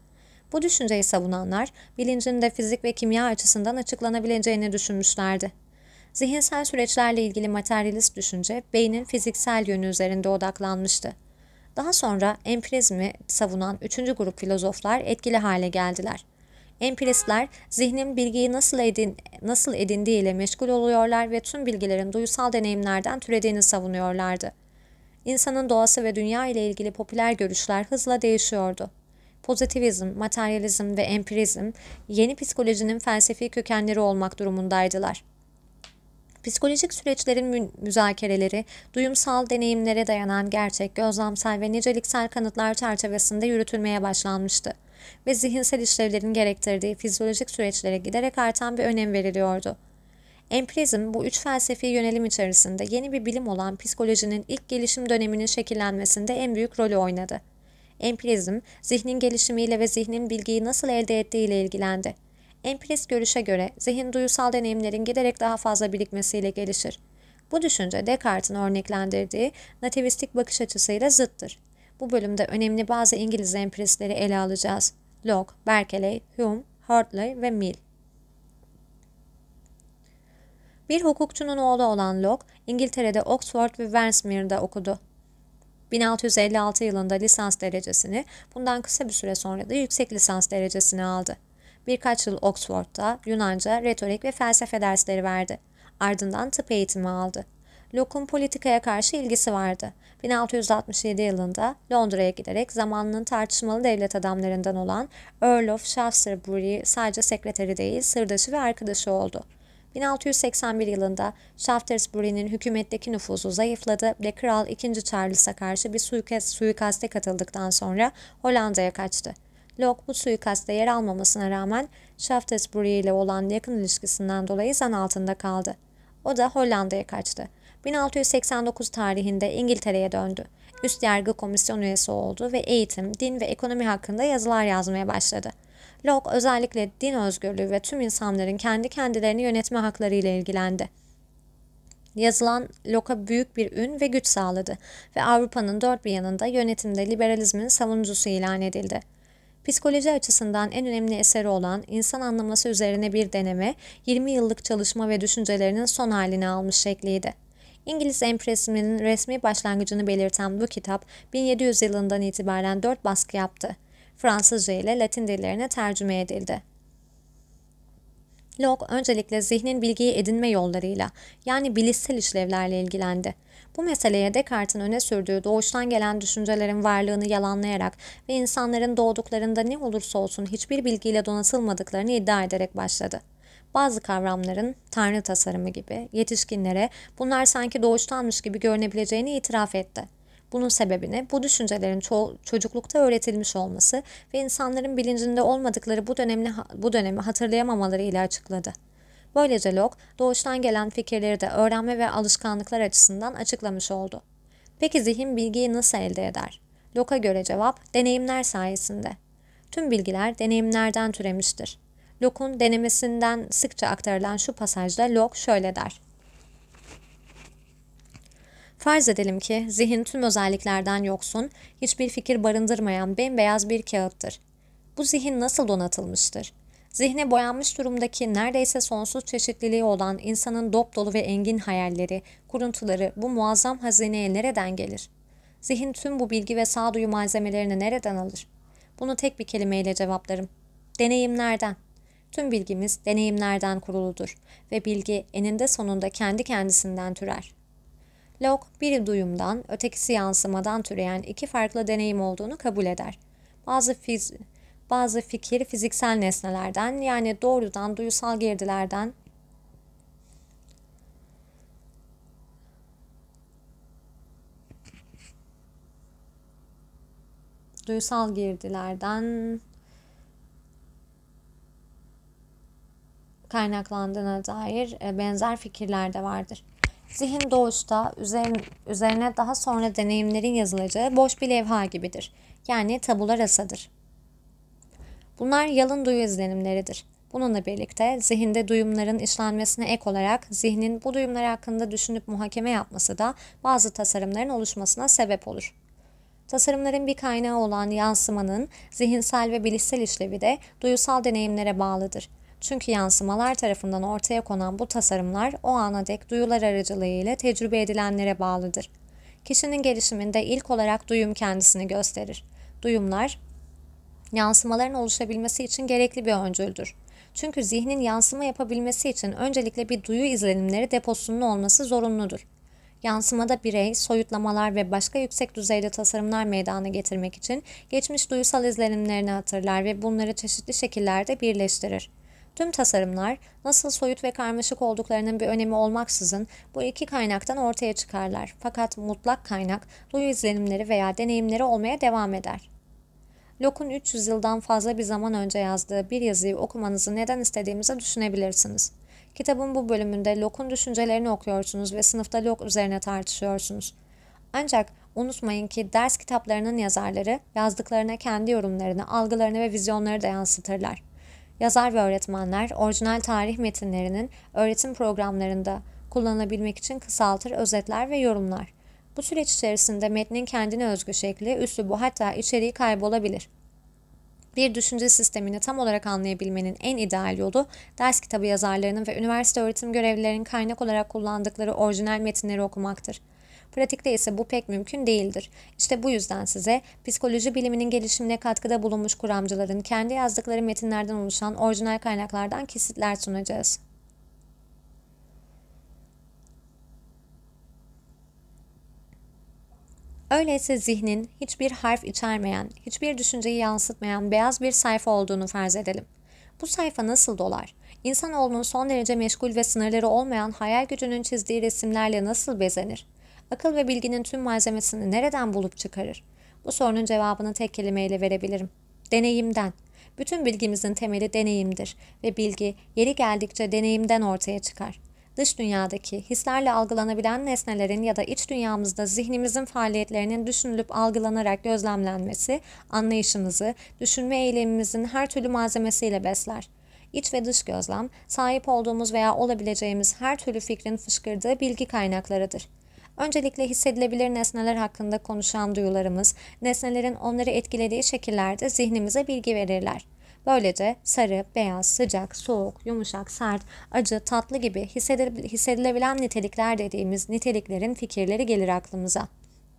Bu düşünceyi savunanlar, bilincin de fizik ve kimya açısından açıklanabileceğini düşünmüşlerdi. Zihinsel süreçlerle ilgili materyalist düşünce, beynin fiziksel yönü üzerinde odaklanmıştı. Daha sonra empirizmi savunan üçüncü grup filozoflar etkili hale geldiler. Empiristler, zihnin bilgiyi nasıl edindiği ile meşgul oluyorlar ve tüm bilgilerin duyusal deneyimlerden türediğini savunuyorlardı. İnsanın doğası ve dünya ile ilgili popüler görüşler hızla değişiyordu. Pozitivizm, materyalizm ve empirizm, yeni psikolojinin felsefi kökenleri olmak durumundaydılar. Psikolojik süreçlerin müzakereleri, duyumsal deneyimlere dayanan gerçek, gözlemsel ve niceliksel kanıtlar çerçevesinde yürütülmeye başlanmıştı ve zihinsel işlevlerin gerektirdiği fizyolojik süreçlere giderek artan bir önem veriliyordu. Empirizm, bu üç felsefi yönelim içerisinde yeni bir bilim olan psikolojinin ilk gelişim döneminin şekillenmesinde en büyük rolü oynadı. Empirizm, zihnin gelişimiyle ve zihnin bilgiyi nasıl elde ettiğiyle ilgilendi. Empirist görüşe göre zihin duyusal deneyimlerin giderek daha fazla birikmesiyle gelişir. Bu düşünce Descartes'in örneklendirdiği nativistik bakış açısıyla zıttır. Bu bölümde önemli bazı İngiliz empiristleri ele alacağız. Locke, Berkeley, Hume, Hartley ve Mill. Bir hukukçunun oğlu olan Locke, İngiltere'de Oxford ve Westminster'da okudu. 1656 yılında lisans derecesini, bundan kısa bir süre sonra da yüksek lisans derecesini aldı. Birkaç yıl Oxford'da Yunanca, retorik ve felsefe dersleri verdi. Ardından tıp eğitimi aldı. Locke'un politikaya karşı ilgisi vardı. 1667 yılında Londra'ya giderek zamanının tartışmalı devlet adamlarından olan Earl of Shaftesbury sadece sekreteri değil, sırdaşı ve arkadaşı oldu. 1681 yılında Shaftesbury'nin hükümetteki nüfuzu zayıfladı ve Kral II. Charles'a karşı bir suikaste katıldıktan sonra Hollanda'ya kaçtı. Locke bu suikaste yer almamasına rağmen Shaftesbury ile olan yakın ilişkisinden dolayı zan altında kaldı. O da Hollanda'ya kaçtı. 1689 tarihinde İngiltere'ye döndü. Üst yargı komisyon üyesi oldu ve eğitim, din ve ekonomi hakkında yazılar yazmaya başladı. Locke özellikle din özgürlüğü ve tüm insanların kendi kendilerini yönetme hakları ile ilgilendi. Yazılan Locke'a büyük bir ün ve güç sağladı ve Avrupa'nın dört bir yanında yönetimde liberalizmin savunucusu ilan edildi. Psikoloji açısından en önemli eseri olan İnsan Anlaması üzerine bir deneme, 20 yıllık çalışma ve düşüncelerinin son halini almış şekliydi. İngiliz empirizminin resmi başlangıcını belirten bu kitap, 1700 yılından itibaren 4 baskı yaptı. Fransızca ile Latin dillerine tercüme edildi. Locke öncelikle zihnin bilgiyi edinme yollarıyla, yani bilişsel işlevlerle ilgilendi. Bu meseleye Descartes'in öne sürdüğü doğuştan gelen düşüncelerin varlığını yalanlayarak ve insanların doğduklarında ne olursa olsun hiçbir bilgiyle donatılmadıklarını iddia ederek başladı. Bazı kavramların, tanrı tasarımı gibi, yetişkinlere bunlar sanki doğuştanmış gibi görünebileceğini itiraf etti. Bunun sebebini bu düşüncelerin çocuklukta öğretilmiş olması ve insanların bilincinde olmadıkları bu dönemi hatırlayamamaları ile açıkladı. Böylece Locke, doğuştan gelen fikirleri de öğrenme ve alışkanlıklar açısından açıklamış oldu. Peki zihin bilgiyi nasıl elde eder? Locke'a göre cevap, deneyimler sayesinde. Tüm bilgiler deneyimlerden türemiştir. Locke'un denemesinden sıkça aktarılan şu pasajda Locke şöyle der. Farz edelim ki zihin tüm özelliklerden yoksun, hiçbir fikir barındırmayan bembeyaz bir kağıttır. Bu zihin nasıl donatılmıştır? Zihne boyanmış durumdaki neredeyse sonsuz çeşitliliği olan insanın dop dolu ve engin hayalleri, kuruntuları bu muazzam hazineye nereden gelir? Zihin tüm bu bilgi ve sağduyu malzemelerini nereden alır? Bunu tek bir kelimeyle cevaplarım. Deneyimlerden. Tüm bilgimiz deneyimlerden kuruludur ve bilgi eninde sonunda kendi kendisinden türer. Locke, biri duyumdan, ötekisi yansımadan türeyen iki farklı deneyim olduğunu kabul eder. Bazı fikir fiziksel nesnelerden, yani doğrudan duyusal girdilerden kaynaklandığına dair benzer fikirler de vardır. Zihin doğuşta üzerine daha sonra deneyimlerin yazılacağı boş bir levha gibidir. Yani tabula rasadır. Bunlar yalın duyu izlenimleridir. Bununla birlikte zihinde duyumların işlenmesine ek olarak zihnin bu duyumlar hakkında düşünüp muhakeme yapması da bazı tasarımların oluşmasına sebep olur. Tasarımların bir kaynağı olan yansımanın zihinsel ve bilişsel işlevi de duyusal deneyimlere bağlıdır. Çünkü yansımalar tarafından ortaya konan bu tasarımlar o ana dek duyular aracılığıyla tecrübe edilenlere bağlıdır. Kişinin gelişiminde ilk olarak duyum kendisini gösterir. Duyumlar, yansımaların oluşabilmesi için gerekli bir öncüldür. Çünkü zihnin yansıma yapabilmesi için öncelikle bir duyu izlenimleri deposunun olması zorunludur. Yansımada birey, soyutlamalar ve başka yüksek düzeyde tasarımlar meydana getirmek için geçmiş duysal izlenimlerini hatırlar ve bunları çeşitli şekillerde birleştirir. Tüm tasarımlar nasıl soyut ve karmaşık olduklarının bir önemi olmaksızın bu iki kaynaktan ortaya çıkarlar. Fakat mutlak kaynak duyu izlenimleri veya deneyimleri olmaya devam eder. Locke'un 300 yıldan fazla bir zaman önce yazdığı bir yazıyı okumanızı neden istediğimizi düşünebilirsiniz. Kitabın bu bölümünde Locke'un düşüncelerini okuyorsunuz ve sınıfta Locke üzerine tartışıyorsunuz. Ancak unutmayın ki ders kitaplarının yazarları yazdıklarına kendi yorumlarını, algılarını ve vizyonları da yansıtırlar. Yazar ve öğretmenler orijinal tarih metinlerinin öğretim programlarında kullanılabilmek için kısaltır, özetler ve yorumlar. Bu süreç içerisinde metnin kendine özgü şekli, üslubu hatta içeriği kaybolabilir. Bir düşünce sistemini tam olarak anlayabilmenin en ideal yolu ders kitabı yazarlarının ve üniversite öğretim görevlilerinin kaynak olarak kullandıkları orijinal metinleri okumaktır. Pratikte ise bu pek mümkün değildir. İşte bu yüzden size psikoloji biliminin gelişimine katkıda bulunmuş kuramcıların kendi yazdıkları metinlerden oluşan orijinal kaynaklardan kesitler sunacağız. Öyleyse zihnin hiçbir harf içermeyen, hiçbir düşünceyi yansıtmayan beyaz bir sayfa olduğunu farz edelim. Bu sayfa nasıl dolar? İnsanoğlunun son derece meşgul ve sınırları olmayan hayal gücünün çizdiği resimlerle nasıl bezenir? Akıl ve bilginin tüm malzemesini nereden bulup çıkarır? Bu sorunun cevabını tek kelimeyle verebilirim. Deneyimden. Bütün bilgimizin temeli deneyimdir ve bilgi yeri geldikçe deneyimden ortaya çıkar. Dış dünyadaki hislerle algılanabilen nesnelerin ya da iç dünyamızda zihnimizin faaliyetlerinin düşünülüp algılanarak gözlemlenmesi, anlayışımızı, düşünme eylemimizin her türlü malzemesiyle besler. İç ve dış gözlem, sahip olduğumuz veya olabileceğimiz her türlü fikrin fışkırdığı bilgi kaynaklarıdır. Öncelikle hissedilebilir nesneler hakkında konuşan duyularımız, nesnelerin onları etkilediği şekillerde zihnimize bilgi verirler. Böylece sarı, beyaz, sıcak, soğuk, yumuşak, sert, acı, tatlı gibi hissedilebilen nitelikler dediğimiz niteliklerin fikirleri gelir aklımıza.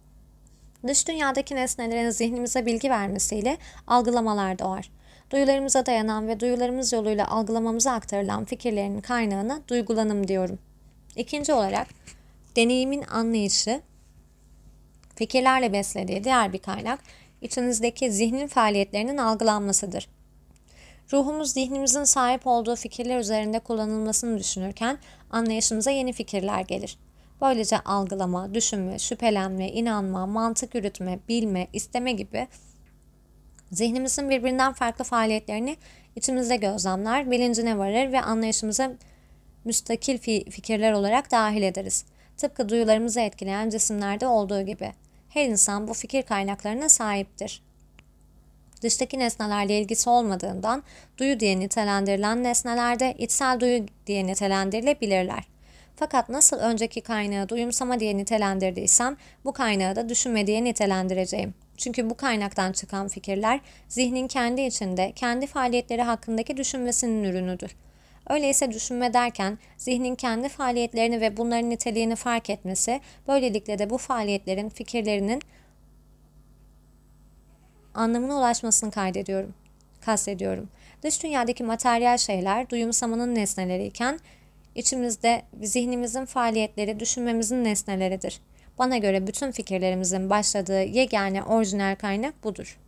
Dış dünyadaki nesnelerin zihnimize bilgi vermesiyle algılamalar doğar. Duyularımıza dayanan ve duyularımız yoluyla algılamamıza aktarılan fikirlerin kaynağına duygulanım diyorum. İkinci olarak deneyimin anlayışı, fikirlerle beslediği diğer bir kaynak, içinizdeki zihnin faaliyetlerinin algılanmasıdır. Ruhumuz zihnimizin sahip olduğu fikirler üzerinde kullanılmasını düşünürken anlayışımıza yeni fikirler gelir. Böylece algılama, düşünme, şüphelenme, inanma, mantık yürütme, bilme, isteme gibi zihnimizin birbirinden farklı faaliyetlerini içimizde gözlemler, bilincine varır ve anlayışımıza müstakil fikirler olarak dahil ederiz. Tıpkı duyularımızı etkileyen cisimlerde olduğu gibi. Her insan bu fikir kaynaklarına sahiptir. Dıştaki nesnelerle ilgisi olmadığından duyu diye nitelendirilen nesnelerde içsel duyu diye nitelendirilebilirler. Fakat nasıl önceki kaynağı duyumsama diye nitelendirdiysem bu kaynağı da düşünme diye nitelendireceğim. Çünkü bu kaynaktan çıkan fikirler zihnin kendi içinde kendi faaliyetleri hakkındaki düşünmesinin ürünüdür. Öyleyse düşünme derken zihnin kendi faaliyetlerini ve bunların niteliğini fark etmesi, böylelikle de bu faaliyetlerin fikirlerinin anlamına ulaşmasını kastediyorum. Dış dünyadaki materyal şeyler duyumsamanın nesneleriyken içimizde zihnimizin faaliyetleri düşünmemizin nesneleridir. Bana göre bütün fikirlerimizin başladığı yegane orijinal kaynak budur.